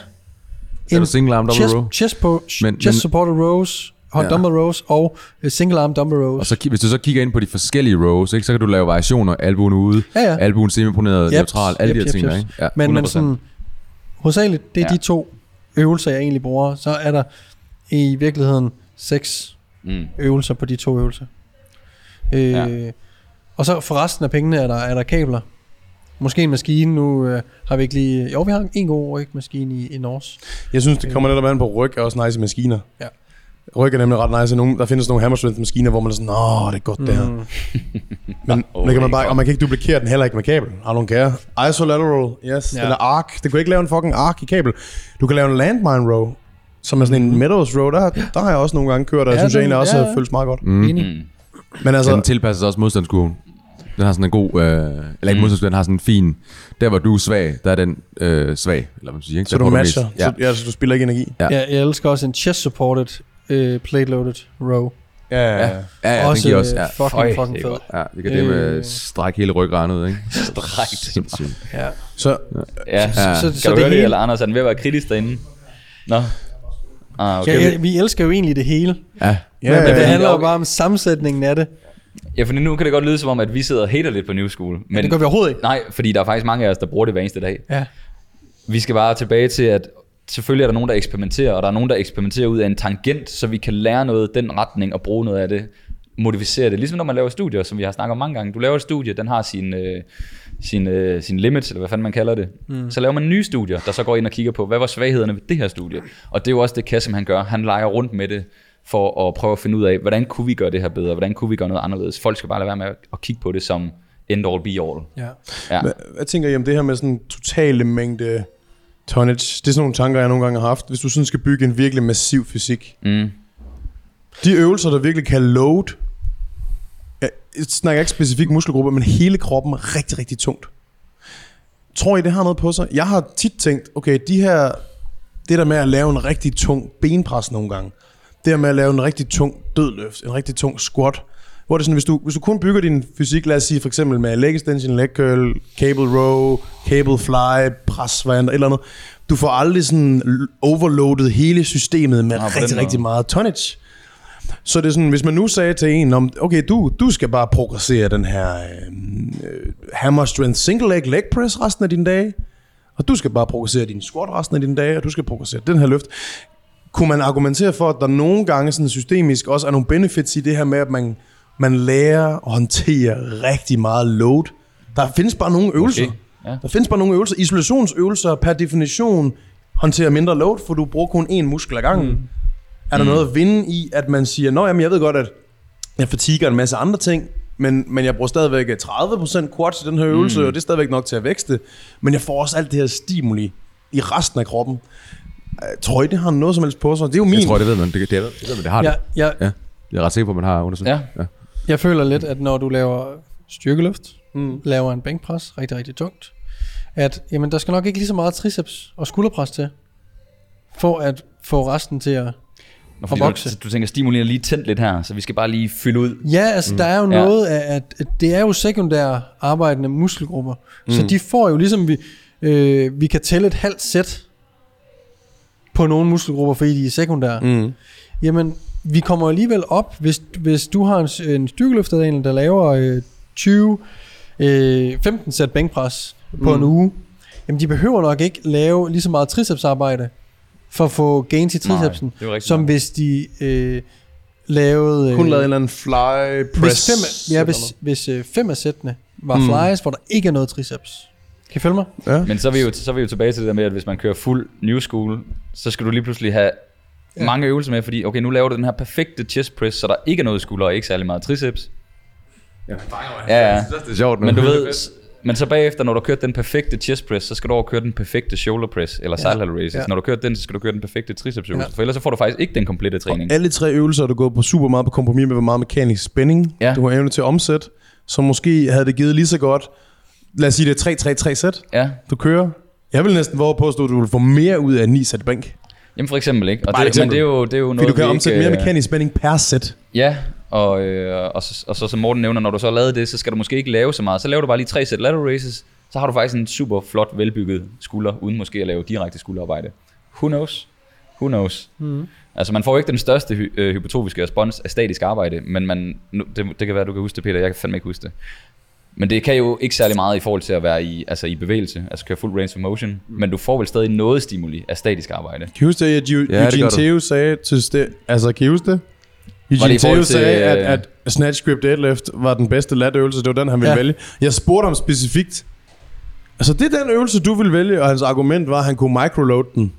S5: Er du single arm double
S2: chest,
S5: row?
S2: Chest, på,
S5: Men-
S2: chest
S5: men-
S2: supported rows, hot
S5: Ja.
S2: dumbbell rows og uh, single arm dumbbell rows.
S5: Og så, ki- hvis du så kigger ind på de forskellige rows, ikke, så kan du lave variationer. Albuen ude,
S2: Ja, ja.
S5: albuen semiponeret,
S2: Yep.
S5: neutral, alle
S2: Yep,
S5: de her
S2: yep,
S5: ting
S2: yep.
S5: der, ikke? Ja,
S2: men, men
S5: hundrede procent.
S2: sådan, hovedsageligt, det er
S3: Ja.
S2: de to øvelser, jeg egentlig bruger. Så er der i virkeligheden seks
S3: Mm.
S2: øvelser på de to øvelser. Øh,
S3: Ja.
S2: Og så for resten af pengene er der, er der kabler. Måske en maskine. Nu øh, har vi ikke lige... Jo, vi har en god rygmaskine i, i Norge.
S6: Jeg synes, det kommer netop an på ryg, er også nice i maskiner.
S2: Ja.
S6: Ryg er nemlig ret nice. Nogle, der findes nogle hammer strength maskiner, hvor man er sådan, åh, det er godt det her.
S2: Mm.
S6: Men
S3: Åh,
S6: oh, det kan
S3: det
S6: man
S3: er
S6: bare,
S3: godt.
S6: og man kan ikke duplikere den heller ikke med kabel. I don't care. Isolateral, yes.
S2: Ja.
S6: Ja. Den er arc. Det kan ikke lave en fucking arc i kabel. Du kan lave en landmine row, som er sådan en Meadows row. Der, der har jeg også nogle gange kørt, og jeg
S2: Ja,
S6: synes jeg
S2: den-
S6: egentlig også
S2: ja,
S6: ja.
S2: ja.
S6: føles meget godt.
S5: Mm.
S2: Enig.
S3: Mm.
S6: Men altså,
S5: Den tilpasser sig også modstandskurven. Den har sådan en god, øh, eller ikke
S3: Mm.
S5: modstandskurven, den har sådan en fin, der hvor du er svag, der er den øh, svag, eller hvad man siger, ikke?
S6: så
S5: Der
S6: du
S5: får
S6: matcher.
S5: mest. Ja.
S6: Så, ja, så du spiller ikke energi.
S5: Ja.
S2: Ja. Jeg elsker også en chest supported uh, plate loaded row.
S6: Ja, ja, ja.
S5: Ja, ja, den
S2: også
S5: giver også, ja.
S2: øh, fucking,
S3: Føj,
S2: fucking
S3: det er
S2: fed.
S3: godt.
S5: Ja, det kan det med
S2: Øh.
S5: at strække hele ryggraden ud, ikke?
S3: Strækt.
S5: Sindssygt.
S2: Ja.
S6: Så
S3: Ja.
S5: Ja.
S2: Så,
S3: Kan
S2: så
S3: du
S2: det
S3: høre det,
S2: hele,
S3: eller Anders? Er den ved at være kritisk derinde? Nå. Ah, okay.
S2: ja, ja, vi elsker jo egentlig det hele.
S5: Ja,
S6: ja,
S2: Men det
S6: ja, ja.
S2: handler jo
S3: okay.
S2: bare om sammensætningen af det.
S3: Ja, for nu kan det godt lyde som om, at vi sidder og hater lidt på New School. Men
S2: Men det gør vi overhovedet ikke.
S3: nej, fordi der er faktisk mange af os, der bruger det hver eneste dag.
S2: Ja.
S3: Vi skal bare tilbage til, at selvfølgelig er der nogen, der eksperimenterer, og der er nogen, der eksperimenterer ud af en tangent, så vi kan lære noget i den retning og bruge noget af det, modificere det. Ligesom når man laver studier, som vi har snakket om mange gange. Du laver et studie, den har sin, øh, sin, øh, sin limits, eller hvad fanden man kalder det. Mm. Så laver man nye studier, der så går ind og kigger på, hvad var svaghederne ved det her studie. Og det er jo også det, Kasim han gør. Han leger rundt med det, for at prøve at finde ud af, hvordan kunne vi gøre det her bedre, hvordan kunne vi gøre noget anderledes. Folk skal bare lade være med at kigge på det som end all be all.
S2: Ja.
S3: Ja.
S6: Hvad, hvad tænker I om det her med sådan totale mængde tonnage? Det er sådan nogle tanker, jeg nogle gange har haft. Hvis du sådan skal bygge en virkelig massiv fysik.
S3: Mm.
S6: De øvelser, der virkelig kan load, jeg snakker ikke specifikt muskelgrupper, men hele kroppen er rigtig, rigtig tungt. Tror I, det har noget på sig? Jeg har tit tænkt, okay, de her, det der med at lave en rigtig tung benpres nogle gange, det der med at lave en rigtig tung dødløft, en rigtig tung squat, hvor det er sådan, hvis du, hvis du kun bygger din fysik, lad os sige for eksempel med leg extension, leg curl, cable row, cable fly, pres, hvad andet, eller andet, du får aldrig sådan overloadet hele systemet med
S3: Nå, på den
S6: rigtig,
S3: måde.
S6: rigtig meget tonnage. Så det er sådan, hvis man nu sagde til en om, okay, du, du skal bare progressere den her øh, hammer strength single leg leg press resten af dine dage, og du skal bare progressere din squat resten af dine dage, og du skal progressere den her løft. Kunne man argumentere for, at der nogle gange sådan systemisk også er nogle benefits i det her med, at man, man lærer at håndtere rigtig meget load? Der findes bare nogle øvelser.
S3: Okay. Ja.
S6: Der findes bare nogle øvelser. Isolationsøvelser per definition håndterer mindre load, for du bruger kun én muskel ad gangen. Mm. Er der mm. noget at vinde i, at man siger, nå jamen jeg ved godt, at jeg fatiger en masse andre ting, men, men jeg bruger stadigvæk tredive procent quads i den her øvelse, mm. og det er stadigvæk nok til at vækste, men jeg får også alt det her stimuli i resten af kroppen. Jeg tror I, det har noget som helst på sig? Det er jo min...
S5: jeg tror, det ved man. Det, det, det, ved, det, ved man, det har det.
S2: Ja, ja,
S5: Ja. Jeg er ret sikker på, at man har undersøgt.
S3: Ja.
S5: ja.
S2: jeg føler lidt, at når du laver styrkeløft,
S6: Mm.
S2: laver en bænkpres rigtig, rigtig tungt, at jamen, der skal nok ikke lige så meget triceps og skulderpres til, for at få resten til at...
S3: Nå, fordi
S2: Og bokse.
S3: du, du tænker, stimuli er lige tændt lidt her, så vi skal bare lige fylde ud.
S2: Ja, altså mm. der er jo
S3: Ja.
S2: noget af, at, at det er jo sekundære arbejdende muskelgrupper, mm. så de får jo ligesom, vi, øh, vi kan tælle et halvt sæt på nogle muskelgrupper, fordi de er sekundære.
S6: Mm.
S2: Jamen, vi kommer alligevel op, hvis, hvis du har en, en styrkeløfter, der laver øh, tyve, øh, femten sæt bænkpres på
S6: Mm.
S2: en uge, jamen de behøver nok ikke lave lige så meget tricepsarbejde for at få gain til tricepsen,
S3: Nej, det er jo rigtigt
S2: som
S3: nok.
S2: hvis de øh, lavede... Øh,
S6: Kun lavet en eller anden fly press.
S2: hvis fem, ja, hvis, hvis øh, fem af sættene var mm. flies, hvor der ikke er noget triceps. Kan I følge mig?
S6: Ja.
S3: Men så er, vi jo, så er vi jo tilbage til det der med, at hvis man kører fuld New School, så skal du lige pludselig have
S2: Ja.
S3: ja. mange øvelser med, fordi okay, nu laver du den her perfekte chest press, så der ikke er noget skulder og ikke særlig meget triceps.
S5: Ja,
S3: Ja, ja.
S5: det er sjovt.
S3: Men du ved, s- men så bagefter, når du har kørt den perfekte chest press, så skal du over køre den perfekte shoulder press, eller
S2: Ja.
S3: side lateral raises.
S2: Ja.
S3: Når du kører den, så skal du køre den perfekte triceps øvelse,
S2: Ja.
S3: for ellers så får du faktisk ikke den komplette træning.
S6: Alle tre øvelser er du gået på super meget på kompromis med, hvor meget mekanisk spænding
S3: Ja.
S6: du har evne til at omsætte. så måske havde det givet lige så godt, lad os sige det tre tre tre sæt,
S3: Ja.
S6: du kører. Jeg vil næsten våge at påstå, at du vil få mere ud af ni sæt bænk.
S3: Jamen for eksempel, ikke? Og
S6: Bare et
S3: det,
S6: eksempel.
S3: men det er jo, det er jo
S6: Fordi
S3: noget,
S6: du kan
S3: vi
S6: omsætte
S3: ikke,
S6: mere
S3: øh,
S6: mekanisk spænding per sæt.
S3: Ja, og, øh, og, så, og så som Morten nævner, når du så har lavet det, så skal du måske ikke lave så meget. Så laver du bare lige tre sæt lateral raises, så har du faktisk en super flot, velbygget skulder, uden måske at lave direkte skulderarbejde. Who knows? Who knows? Mm. Altså man får ikke den største hy- øh, hypertrofiske respons af statisk arbejde, men man, nu, det, det kan være, du kan huske det, Peter, jeg kan fandme ikke huske det. Men det kan jo ikke særlig meget i forhold til at være i, altså i bevægelse, altså køre fuld range of motion, mm. men du får vel stadig noget stimuli af statisk arbejde.
S6: Kan I huske det, at Eugene
S5: Ja, det gør du.
S6: Theo sagde til det, altså kan I huske det?
S3: Var det
S6: Eugene
S3: i forhold
S6: Theo
S3: til,
S6: sagde, at,
S3: øh,
S6: at snatch grip deadlift var den bedste latøvelse, det var den, han ville
S2: Ja.
S6: vælge. Jeg spurgte ham specifikt, altså det er den øvelse, du vil vælge, og hans argument var, at han kunne microload den.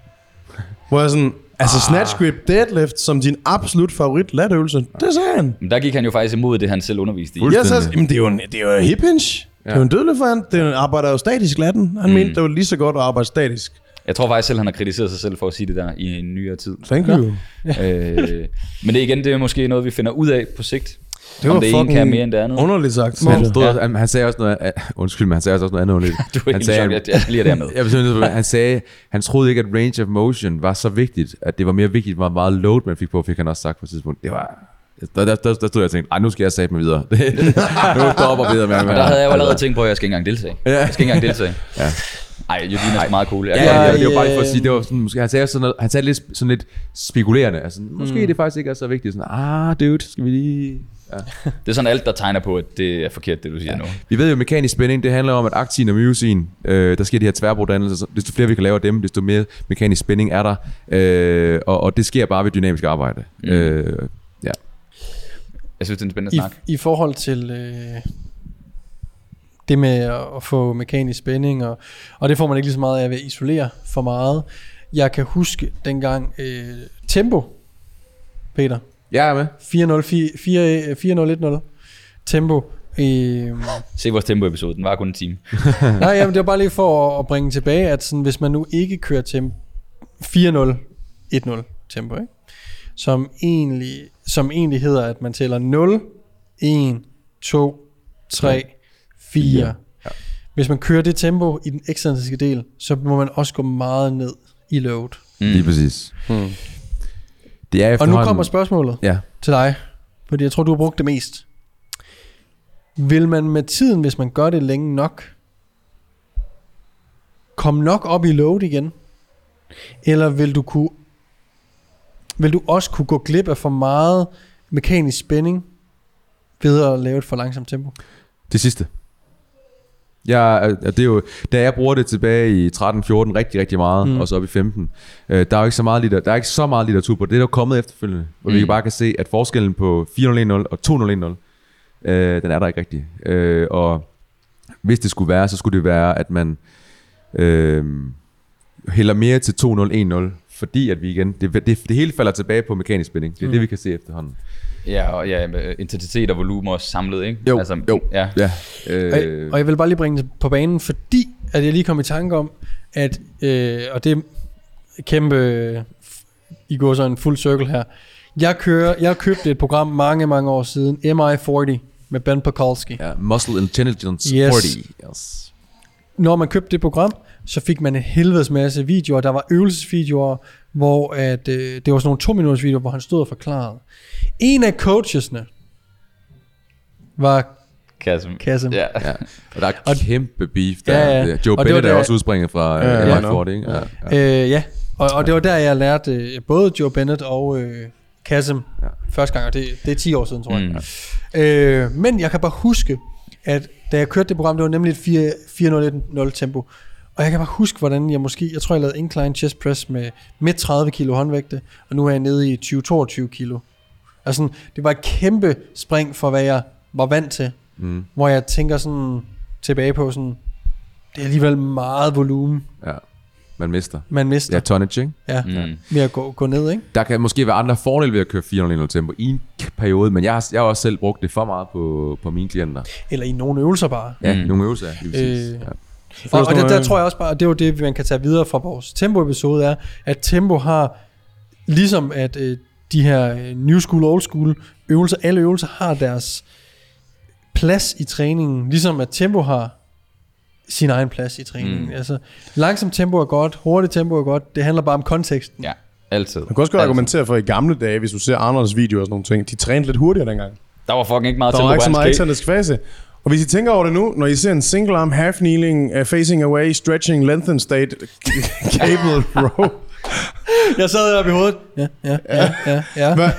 S6: Hvor jeg sådan, altså snatch grip deadlift som din absolut favorit latøvelse, det sagde han.
S3: Men der gik han jo faktisk imod det, han selv underviste i.
S6: Jeg sagde, jamen det er jo en, det er jo en hip hinge. Ja. Det er jo en dødelig for han. Det er, arbejder jo statisk latten. Han mm. mente, det var lige så godt at arbejde statisk.
S3: Jeg tror faktisk selv, han har kritiseret sig selv for at sige det der i en nyere tid.
S6: Thank you.
S3: øh, men det igen, det er måske noget, vi finder ud af på sigt.
S6: Det
S3: om
S6: var
S3: det ene
S6: fucking
S3: kan mere end det andet.
S6: underligt sagt.
S5: Han, stod,
S3: Ja.
S5: han, han sagde også noget, uh, undskyld, men han sagde også noget andet underligt.
S3: Du er
S5: han
S3: helt
S5: sagde,
S3: chok, jeg, jeg bliver der med.
S5: jeg vil simpelthen- han sagde, han troede ikke, at range of motion var så vigtigt, at det var mere vigtigt, hvor meget load man fik på, fik han også sagt på et tidspunkt. Det var... Der, der, der, der stod jeg og tænkte, ej, nu skal jeg sætte mig videre. Nu stopper videre med
S3: Men der havde jeg jo allerede tænkt på, at jeg skal ikke engang deltage. Jeg skal ikke engang deltage.
S5: Ja.
S3: Ej, Eugene er sgu meget cool. Jeg
S5: Ja,
S3: kan
S5: ja,
S3: godt
S5: ja,
S3: lide
S5: det var bare lige for at sige, det var sådan, måske, han sagde sådan noget, han sagde lidt, sådan lidt spekulerende, altså, måske mm. det faktisk ikke er så vigtigt, sådan, ah, dude, skal vi lige... Ja.
S3: det. Det er sådan alt, der tegner på, at det er forkert, det du siger ja. nu.
S5: Vi ved jo, at mekanisk spænding, det handler om, at aktin og myosin, øh, der sker de her tværbroddannelser, så desto flere vi kan lave af dem, desto mere mekanisk spænding er der, øh, og, og det sker bare ved dynamisk arbejde. Mm. Øh, ja.
S3: Jeg synes, det er en spændende
S2: I,
S3: snak.
S2: I forhold til øh, det med at, at få mekanisk spænding, og, og det får man ikke lige så meget af ved at isolere for meget. Jeg kan huske dengang øh, tempo, Peter,
S5: Jeg er med.
S2: fire nul fire nul et nul tempo. Øh,
S3: Se vores tempo-episode, den var kun en time.
S2: nej, jamen, det var bare lige for at, at bringe tilbage, at sådan, hvis man nu ikke kører tempo fire nul et nul tempo, ikke? Som egentlig, som egentlig hedder, at man tæller nul, en, to, tre, fire.
S5: Ja.
S2: Hvis man kører det tempo i den eksentriske del, så må man også gå meget ned i load.
S3: Mm.
S5: Lige præcis.
S6: Hmm.
S5: Det er
S2: Og
S5: efterhånden...
S2: nu kommer spørgsmålet
S5: Ja.
S2: til dig, fordi jeg tror, du har brugt det mest. Vil man med tiden, hvis man gør det længe nok, komme nok op i load igen? Eller vil du kunne vil du også kunne gå glip af for meget mekanisk spænding ved at lave et for langsomt tempo?
S5: Det sidste. Jeg, det er jo, da jeg bruger det tilbage i tretten fjorten rigtig, rigtig meget, mm. og så op i femten, øh, der er jo ikke så meget litter, der er ikke så meget litteratur på det, der er kommet efterfølgende, hvor mm. vi bare kan se, at forskellen på fire nul et nul og to nul et nul, øh, den er der ikke rigtig. Øh, og hvis det skulle være, så skulle det være, at man øh, hælder mere til to nul et nul, fordi at vi igen, det, det, det hele falder tilbage på mekanisk spænding. Det er mm. det, vi kan se efterhånden.
S3: Ja, og ja, intensitet og volumen også samlet, ikke?
S5: Jo,
S3: altså,
S5: jo.
S3: Ja.
S5: Ja,
S2: Øh.
S5: øh,
S2: Og jeg vil bare lige bringe det på banen, fordi at jeg lige kom i tanke om, at, øh, og det er kæmpe, øh, I går så en fuld cirkel her, jeg kører, jeg købte et program mange, mange år siden, M I fyrre, med Ben Pakulski.
S5: ja, Muscle Intelligence
S2: Yes.
S5: fyrre. Yes.
S2: Når man købte det program, så fik man en helvedes masse videoer. Der var øvelsesvideoer, hvor at, øh, det var sådan nogle to minutters videoer, hvor han stod og forklarede. En af coachesne var
S3: Kasim.
S2: Kasim.
S3: Ja.
S5: Ja. Og der er
S2: Og-
S5: kæmpe beef der.
S2: Ja, ja.
S5: Joe
S2: Og det var
S5: Bennett er
S2: der-
S5: også udspringet fra
S6: Ja,
S5: ja,
S6: ja,
S5: M I fyrre, ikke? Ja, ja.
S2: Øh, ja. Og, og det var der, jeg lærte øh, både Joe Bennett og øh, Kasim
S5: Ja.
S2: første gang, og det, det er ti år siden, tror jeg.
S3: Mm.
S2: Øh, men jeg kan bare huske, at da jeg kørte det program, det var nemlig et fire nul et nul tempo. Og jeg kan bare huske, hvordan jeg måske, jeg tror jeg lavede incline chest press med midt tredive kilo håndvægte, og nu er jeg nede i tyve til toogtyve kilo. Altså, det var et kæmpe spring for, hvad jeg var vant til.
S5: Mm.
S2: Hvor jeg tænker sådan tilbage på sådan, det er alligevel meget volumen,
S5: Ja. Man mister.
S2: man mister.
S5: Ja, tonnage, ikke?
S2: Ja,
S3: Mm.
S2: ved at gå, gå ned, ikke?
S5: Der kan måske være andre fordele ved at køre fire nul et nul tempo i en periode, men jeg har, jeg har også selv brugt det for meget på, på mine klienter.
S2: Eller i nogle øvelser bare.
S5: Ja,
S3: Mm.
S5: mm. nogle øvelser, lige præcis.
S2: Øh,
S5: Ja.
S2: Og, og
S6: sådan
S2: der, der
S6: noget-
S2: tror jeg også bare, at det er jo det, man kan tage videre fra vores tempo-episode, er, at tempo har, ligesom at øh, de her øh, new school, old school øvelser, alle øvelser har deres plads i træningen, ligesom at tempo har sin egen plads i træningen. Mm. Altså, langsomt tempo er godt, hurtigt tempo er godt, det handler bare om konteksten.
S3: Ja, altid.
S6: Man kan også godt
S3: altid.
S6: argumentere for i gamle dage, hvis du ser Arnolds videoer og sådan nogle ting, de trænede lidt hurtigere dengang.
S3: Der var fucking ikke meget
S6: Der
S3: tempo
S6: var ikke så
S3: på
S6: meget
S3: hans skate.
S6: eksentrisk fase. Og hvis I tænker over det nu, når I ser en single arm, half kneeling, uh, facing away, stretching, lengthen state, cable row.
S2: Jeg sad oppe i hovedet. Ja, ja, ja, ja. ja.
S6: Hvad?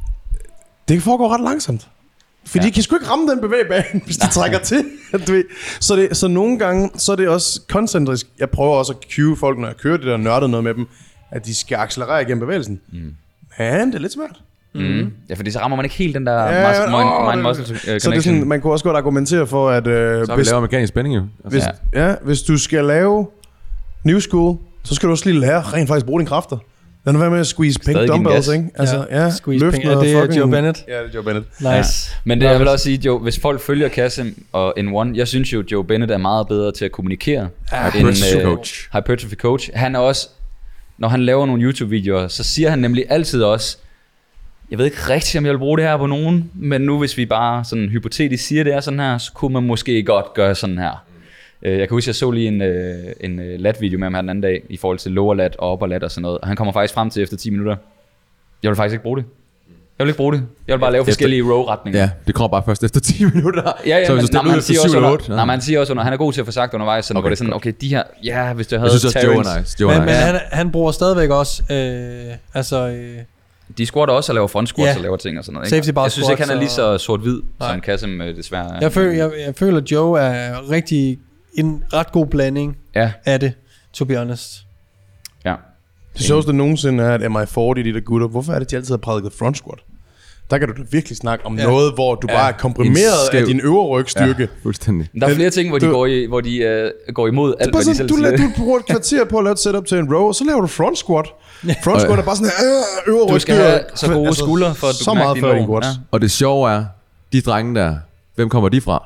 S6: Det foregår ret langsomt. Fordi
S3: Ja.
S6: de kan sgu ikke ramme den bevægebane, hvis de trækker til. Du ved. Så, det, så nogle gange, så er det også koncentrisk. Jeg prøver også at cue folk, når jeg kører det der nørdet noget med dem, at de skal accelerere igennem bevægelsen. Mm. Men det er lidt svært.
S3: Mm. Ja, fordi så rammer man ikke helt den der
S6: Ja,
S3: ja,
S6: åh,
S3: mind, mind
S6: det-
S3: muscle uh,
S6: Så det er
S3: connection.
S6: sådan, man kunne også godt argumentere for, at øh,
S5: Så har vi
S6: hvis,
S5: lavet mekanisk spænding jo. Altså,
S6: hvis,
S3: Ja.
S6: ja, hvis du skal lave new school, så skal du også lige lære rent faktisk bruge dine kræfter. Lad nu være med at squeeze pink
S3: Stadig give den
S6: dumbbells,
S3: gas.
S6: ikke? Altså, ja,
S2: Ja, squeeze
S6: løft
S2: pink. Er
S6: noget
S2: det
S6: fucking...
S2: Joe Bennett?
S6: Ja, det er Joe Bennett.
S2: Nice.
S3: Men det, jeg vil også sige, Joe, hvis folk følger Kasim og N et, jeg synes jo, Joe Bennett er meget bedre til at kommunikere.
S2: Ja,
S3: end,
S5: hypertrophy
S3: øh,
S5: coach.
S3: Hypertrophy coach. Han er også, når han laver nogle YouTube-videoer, så siger han nemlig altid også, jeg ved ikke rigtig, om jeg vil bruge det her på nogen, men nu hvis vi bare sådan hypotetisk siger, det er sådan her, så kunne man måske godt gøre sådan her. Øh, Jeg kan huske, jeg så lige en, øh, en øh, lat-video med ham her den anden dag, i forhold til lower lat og upper lat og sådan noget. Og han kommer faktisk frem til efter ti minutter, jeg vil faktisk ikke bruge det. Jeg vil ikke bruge det. Jeg vil bare lave forskellige row-retninger.
S5: Ja, det kommer bare først efter ti minutter.
S3: Ja, ja,
S5: så hvis
S3: men,
S5: du
S3: nej,
S5: stiller
S3: men
S5: ud
S3: han
S5: efter
S3: siger
S5: syv
S3: også
S5: eller
S3: under,
S5: otte.
S3: nej, men han siger også under, han er god til at få sagt undervejs, sådan, okay, hvor det er sådan, okay, de her, ja, hvis du havde
S5: Jeg synes også, Joe
S3: Terrence,
S5: er nice. Joe
S2: Men,
S5: er
S2: men
S5: nice.
S2: han, han bruger stadigvæk også, øh, altså, øh,
S3: de squatter også og laver front squats
S2: Ja.
S3: og laver ting og sådan noget,
S2: Safety
S3: ikke?
S2: bar
S3: Jeg synes ikke, han er lige
S2: squats
S3: så sort-hvid,
S2: Nej.
S3: som Kasim øh, desværre er.
S2: jeg, føler, jeg, jeg føler, at Joe er rigtig en ret god blanding
S3: Ja,
S2: af det, to be honest.
S3: ja.
S6: Det sjoveste nogensinde er, at M I fyrre, de der gutter, hvorfor er det, de altid har prædiket front squat? Der kan du da virkelig snakke om
S2: Ja.
S6: ja. noget, hvor du
S5: Ja.
S6: ja. bare er komprimeret
S5: En skæv-
S6: af din øvre rygstyrke.
S5: Ja, fuldstændig.
S3: Men der er flere ting, hvor de,
S6: Du-
S3: går, i, hvor de øh, går imod alt,
S6: Bare
S3: hvad de
S6: sådan,
S3: selv
S6: du,
S3: siger.
S6: lader, du bruger et kvarter på at lave et setup til en row, og så laver du front squat. Front squat er bare sådan her, øh, øvre
S3: Du skal
S6: rygstyrke.
S3: have så gode skuldre, for at du
S6: så
S3: kan mærke
S6: meget
S3: dine
S6: før din
S3: lår.
S6: quads.
S3: Ja.
S5: Og det sjove er, de drenge der, hvem kommer de fra?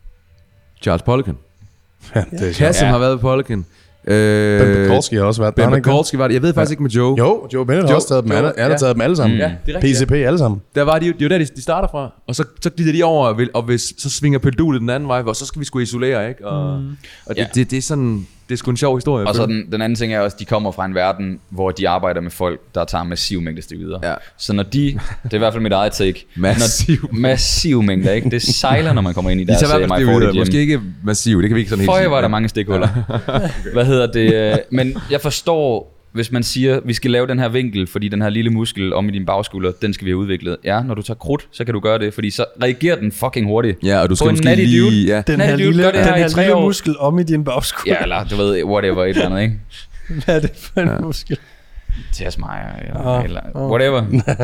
S5: Charles Poliquin.
S6: Ja, det er sjovt.
S5: Kasim
S3: Ja.
S5: har været på Poliquin.
S6: Ben
S5: Øh,
S6: Pekulski har også været der.
S5: Ben
S6: har han ikke det?
S5: Pekulski var det. Jeg ved faktisk ikke med Joe.
S6: Jo, Joe Bennett har
S5: Joe-
S6: også taget dem alle.
S5: Joe-
S6: Han har
S5: ja.
S6: taget dem alle sammen.
S3: Mm.
S5: Ja, det er
S6: P
S5: rigtigt.
S6: C P alle sammen.
S5: Der var de jo, det er jo der, de, de starter fra. Og så, så glider de over, og vil- og hvis, så svinger pendulet den anden vej, og så skal vi sgu isolere, ikke? Og, mm. og det,
S3: Ja.
S5: det, det, er sådan, det er sgu en sjov historie.
S3: Og så
S5: føler
S3: den, den anden ting er også, at de kommer fra en verden, hvor de arbejder med folk, der tager massiv mængde steroider.
S5: Ja.
S3: Så når de, det er i hvert fald mit eget take,
S5: Massiv.
S3: når, massiv mængder, ikke? Det sejler, når man kommer ind i
S5: De
S3: deres
S5: tager i hvert fald
S3: M I fyrre
S5: steroider.
S3: gym.
S5: Måske ikke massiv, det kan vi ikke sådan helt
S3: Føj,
S5: sige.
S3: var der mange stikhuller. Hvad hedder det? øh, Men jeg forstår, hvis man siger, vi skal lave den her vinkel, fordi den her lille muskel om i din bagskulder, den skal vi have udviklet. Ja, når du tager krudt, så kan du gøre det, fordi så reagerer den fucking hurtigt.
S5: Ja, og du
S3: På
S5: skal
S3: en
S5: måske
S3: natty
S5: lige...
S3: dude.
S5: Ja.
S2: Den
S3: Nej,
S2: her
S3: dude,
S2: lille,
S3: gør det
S2: den
S3: her i
S2: her
S3: tre
S2: lille
S3: år.
S2: muskel om i din bagskulder.
S3: Ja, eller du ved, whatever, et eller andet, ikke?
S2: Hvad er det for en muskel?
S3: Tasmaier, eller,
S2: Ah,
S3: eller
S2: ah.
S3: whatever.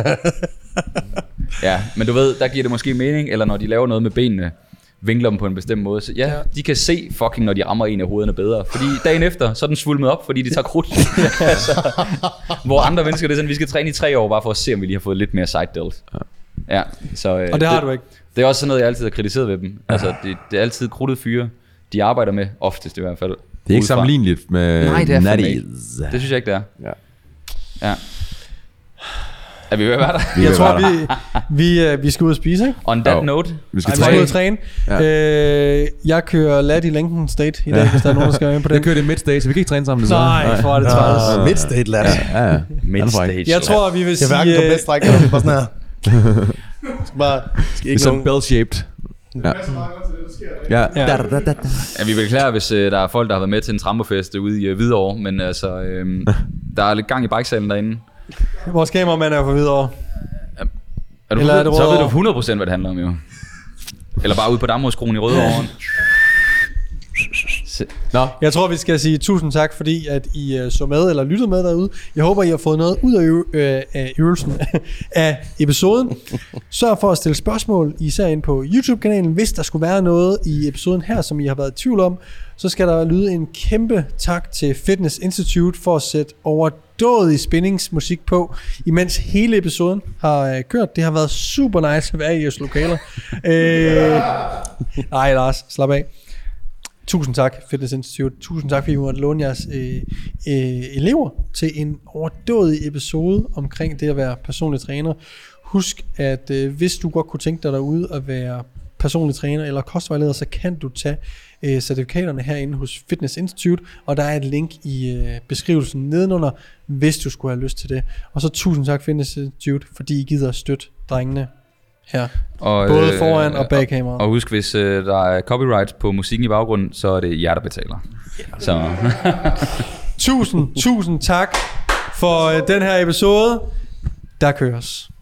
S3: Ja, men du ved, der giver det måske mening, eller når de laver noget med benene, vinkler dem på en bestemt måde. Så ja, de kan se fucking, når de rammer en af hovederne bedre. Fordi dagen efter, så er den svulmet op, fordi de tager krudt. altså, hvor andre mennesker, det er sådan, vi skal træne i tre år, bare for at se, om vi lige har fået lidt mere side delt. Ja, så, øh,
S2: Og det har du ikke.
S3: Det er også sådan noget, jeg altid har kritiseret ved dem. Altså, det, det er altid krudtet fyre, de arbejder med, oftest i hvert fald.
S5: Det er ikke
S3: udefra.
S5: sammenligneligt med
S3: Nej, det er fandme
S5: natties.
S3: Det synes jeg ikke, det er.
S5: Ja.
S3: Ja. Er vi ved at være der?
S5: Vi
S2: Jeg
S5: vil
S2: tror,
S5: være
S2: vi, vi, øh, vi skal ud og spise, ikke?
S3: On that
S5: Jo.
S3: note,
S5: Vi skal
S2: Ej, vi skal ud og
S5: træne.
S2: træne.
S5: Ja.
S2: Øh, jeg kører lat i Lincoln State i dag,
S5: Ja.
S2: hvis der er nogen, der skal være med på
S5: Jeg
S2: den.
S5: kører det midstage, så vi kan ikke træne sammen. desværre.
S2: Nej, hvor er det træls.
S6: Uh, Midstate lad.
S5: Ja, ja.
S3: midstage.
S2: Jeg tror, vi vil
S6: Jeg
S2: sige...
S6: vil hverken gå
S2: øh,
S6: bedst strække, eller bare sådan her. Skal bare, skal
S5: Det er
S6: ikke
S5: sådan
S6: nogen...
S5: bell-shaped. Ja. Ja.
S2: Ja.
S5: Da, da, da, da.
S3: Ja, vi er beklager, hvis øh, der er folk, der har været med til en tramperfest ude i øh, Hvidovre, men altså, øh, der er lidt gang i bikesalen derinde.
S2: Vores kameramand er jo for videre.
S3: Er du
S2: Eller er det
S3: så ved du
S2: Rødovre?
S3: hundrede procent, hvad det handler om, jo. Eller bare ude på Damhuskronen i Rødovre. Se-
S5: Nå,
S2: Jeg tror, vi skal sige tusind tak, fordi at I uh, så med eller lyttede med derude. Jeg håber, I har fået noget ud af, øve, øh, af øvelsen af episoden. Sørg for at stille spørgsmål, især ind på YouTube-kanalen. Hvis der skulle være noget i episoden her, som I har været i tvivl om, så skal der lyde en kæmpe tak til Fitness Institute for at sætte overdådig spændingsmusik på, imens hele episoden har øh, kørt. Det har været super nice at være i jeres lokaler. øh, Ej, Lars, slap af. Tusind tak, Fitness Institute. Tusind tak, fordi vi måtte låne jeres øh, øh, elever til en overdådig episode omkring det at være personlig træner. Husk, at øh, hvis du godt kunne tænke dig derude at være personlig træner eller kostvejleder, så kan du tage øh, certifikaterne herinde hos Fitness Institute, og der er et link i øh, beskrivelsen nedenunder, hvis du skulle have lyst til det. Og så tusind tak Fitness Institute, fordi I gider at støtte drengene her.
S3: Og,
S2: Både
S3: øh,
S2: foran og bag kameraet.
S3: Og husk, hvis øh, der er copyright på musikken i baggrunden, så er det jer, der betaler. Så.
S2: tusind, tusind tak for øh, den her episode. Der køres.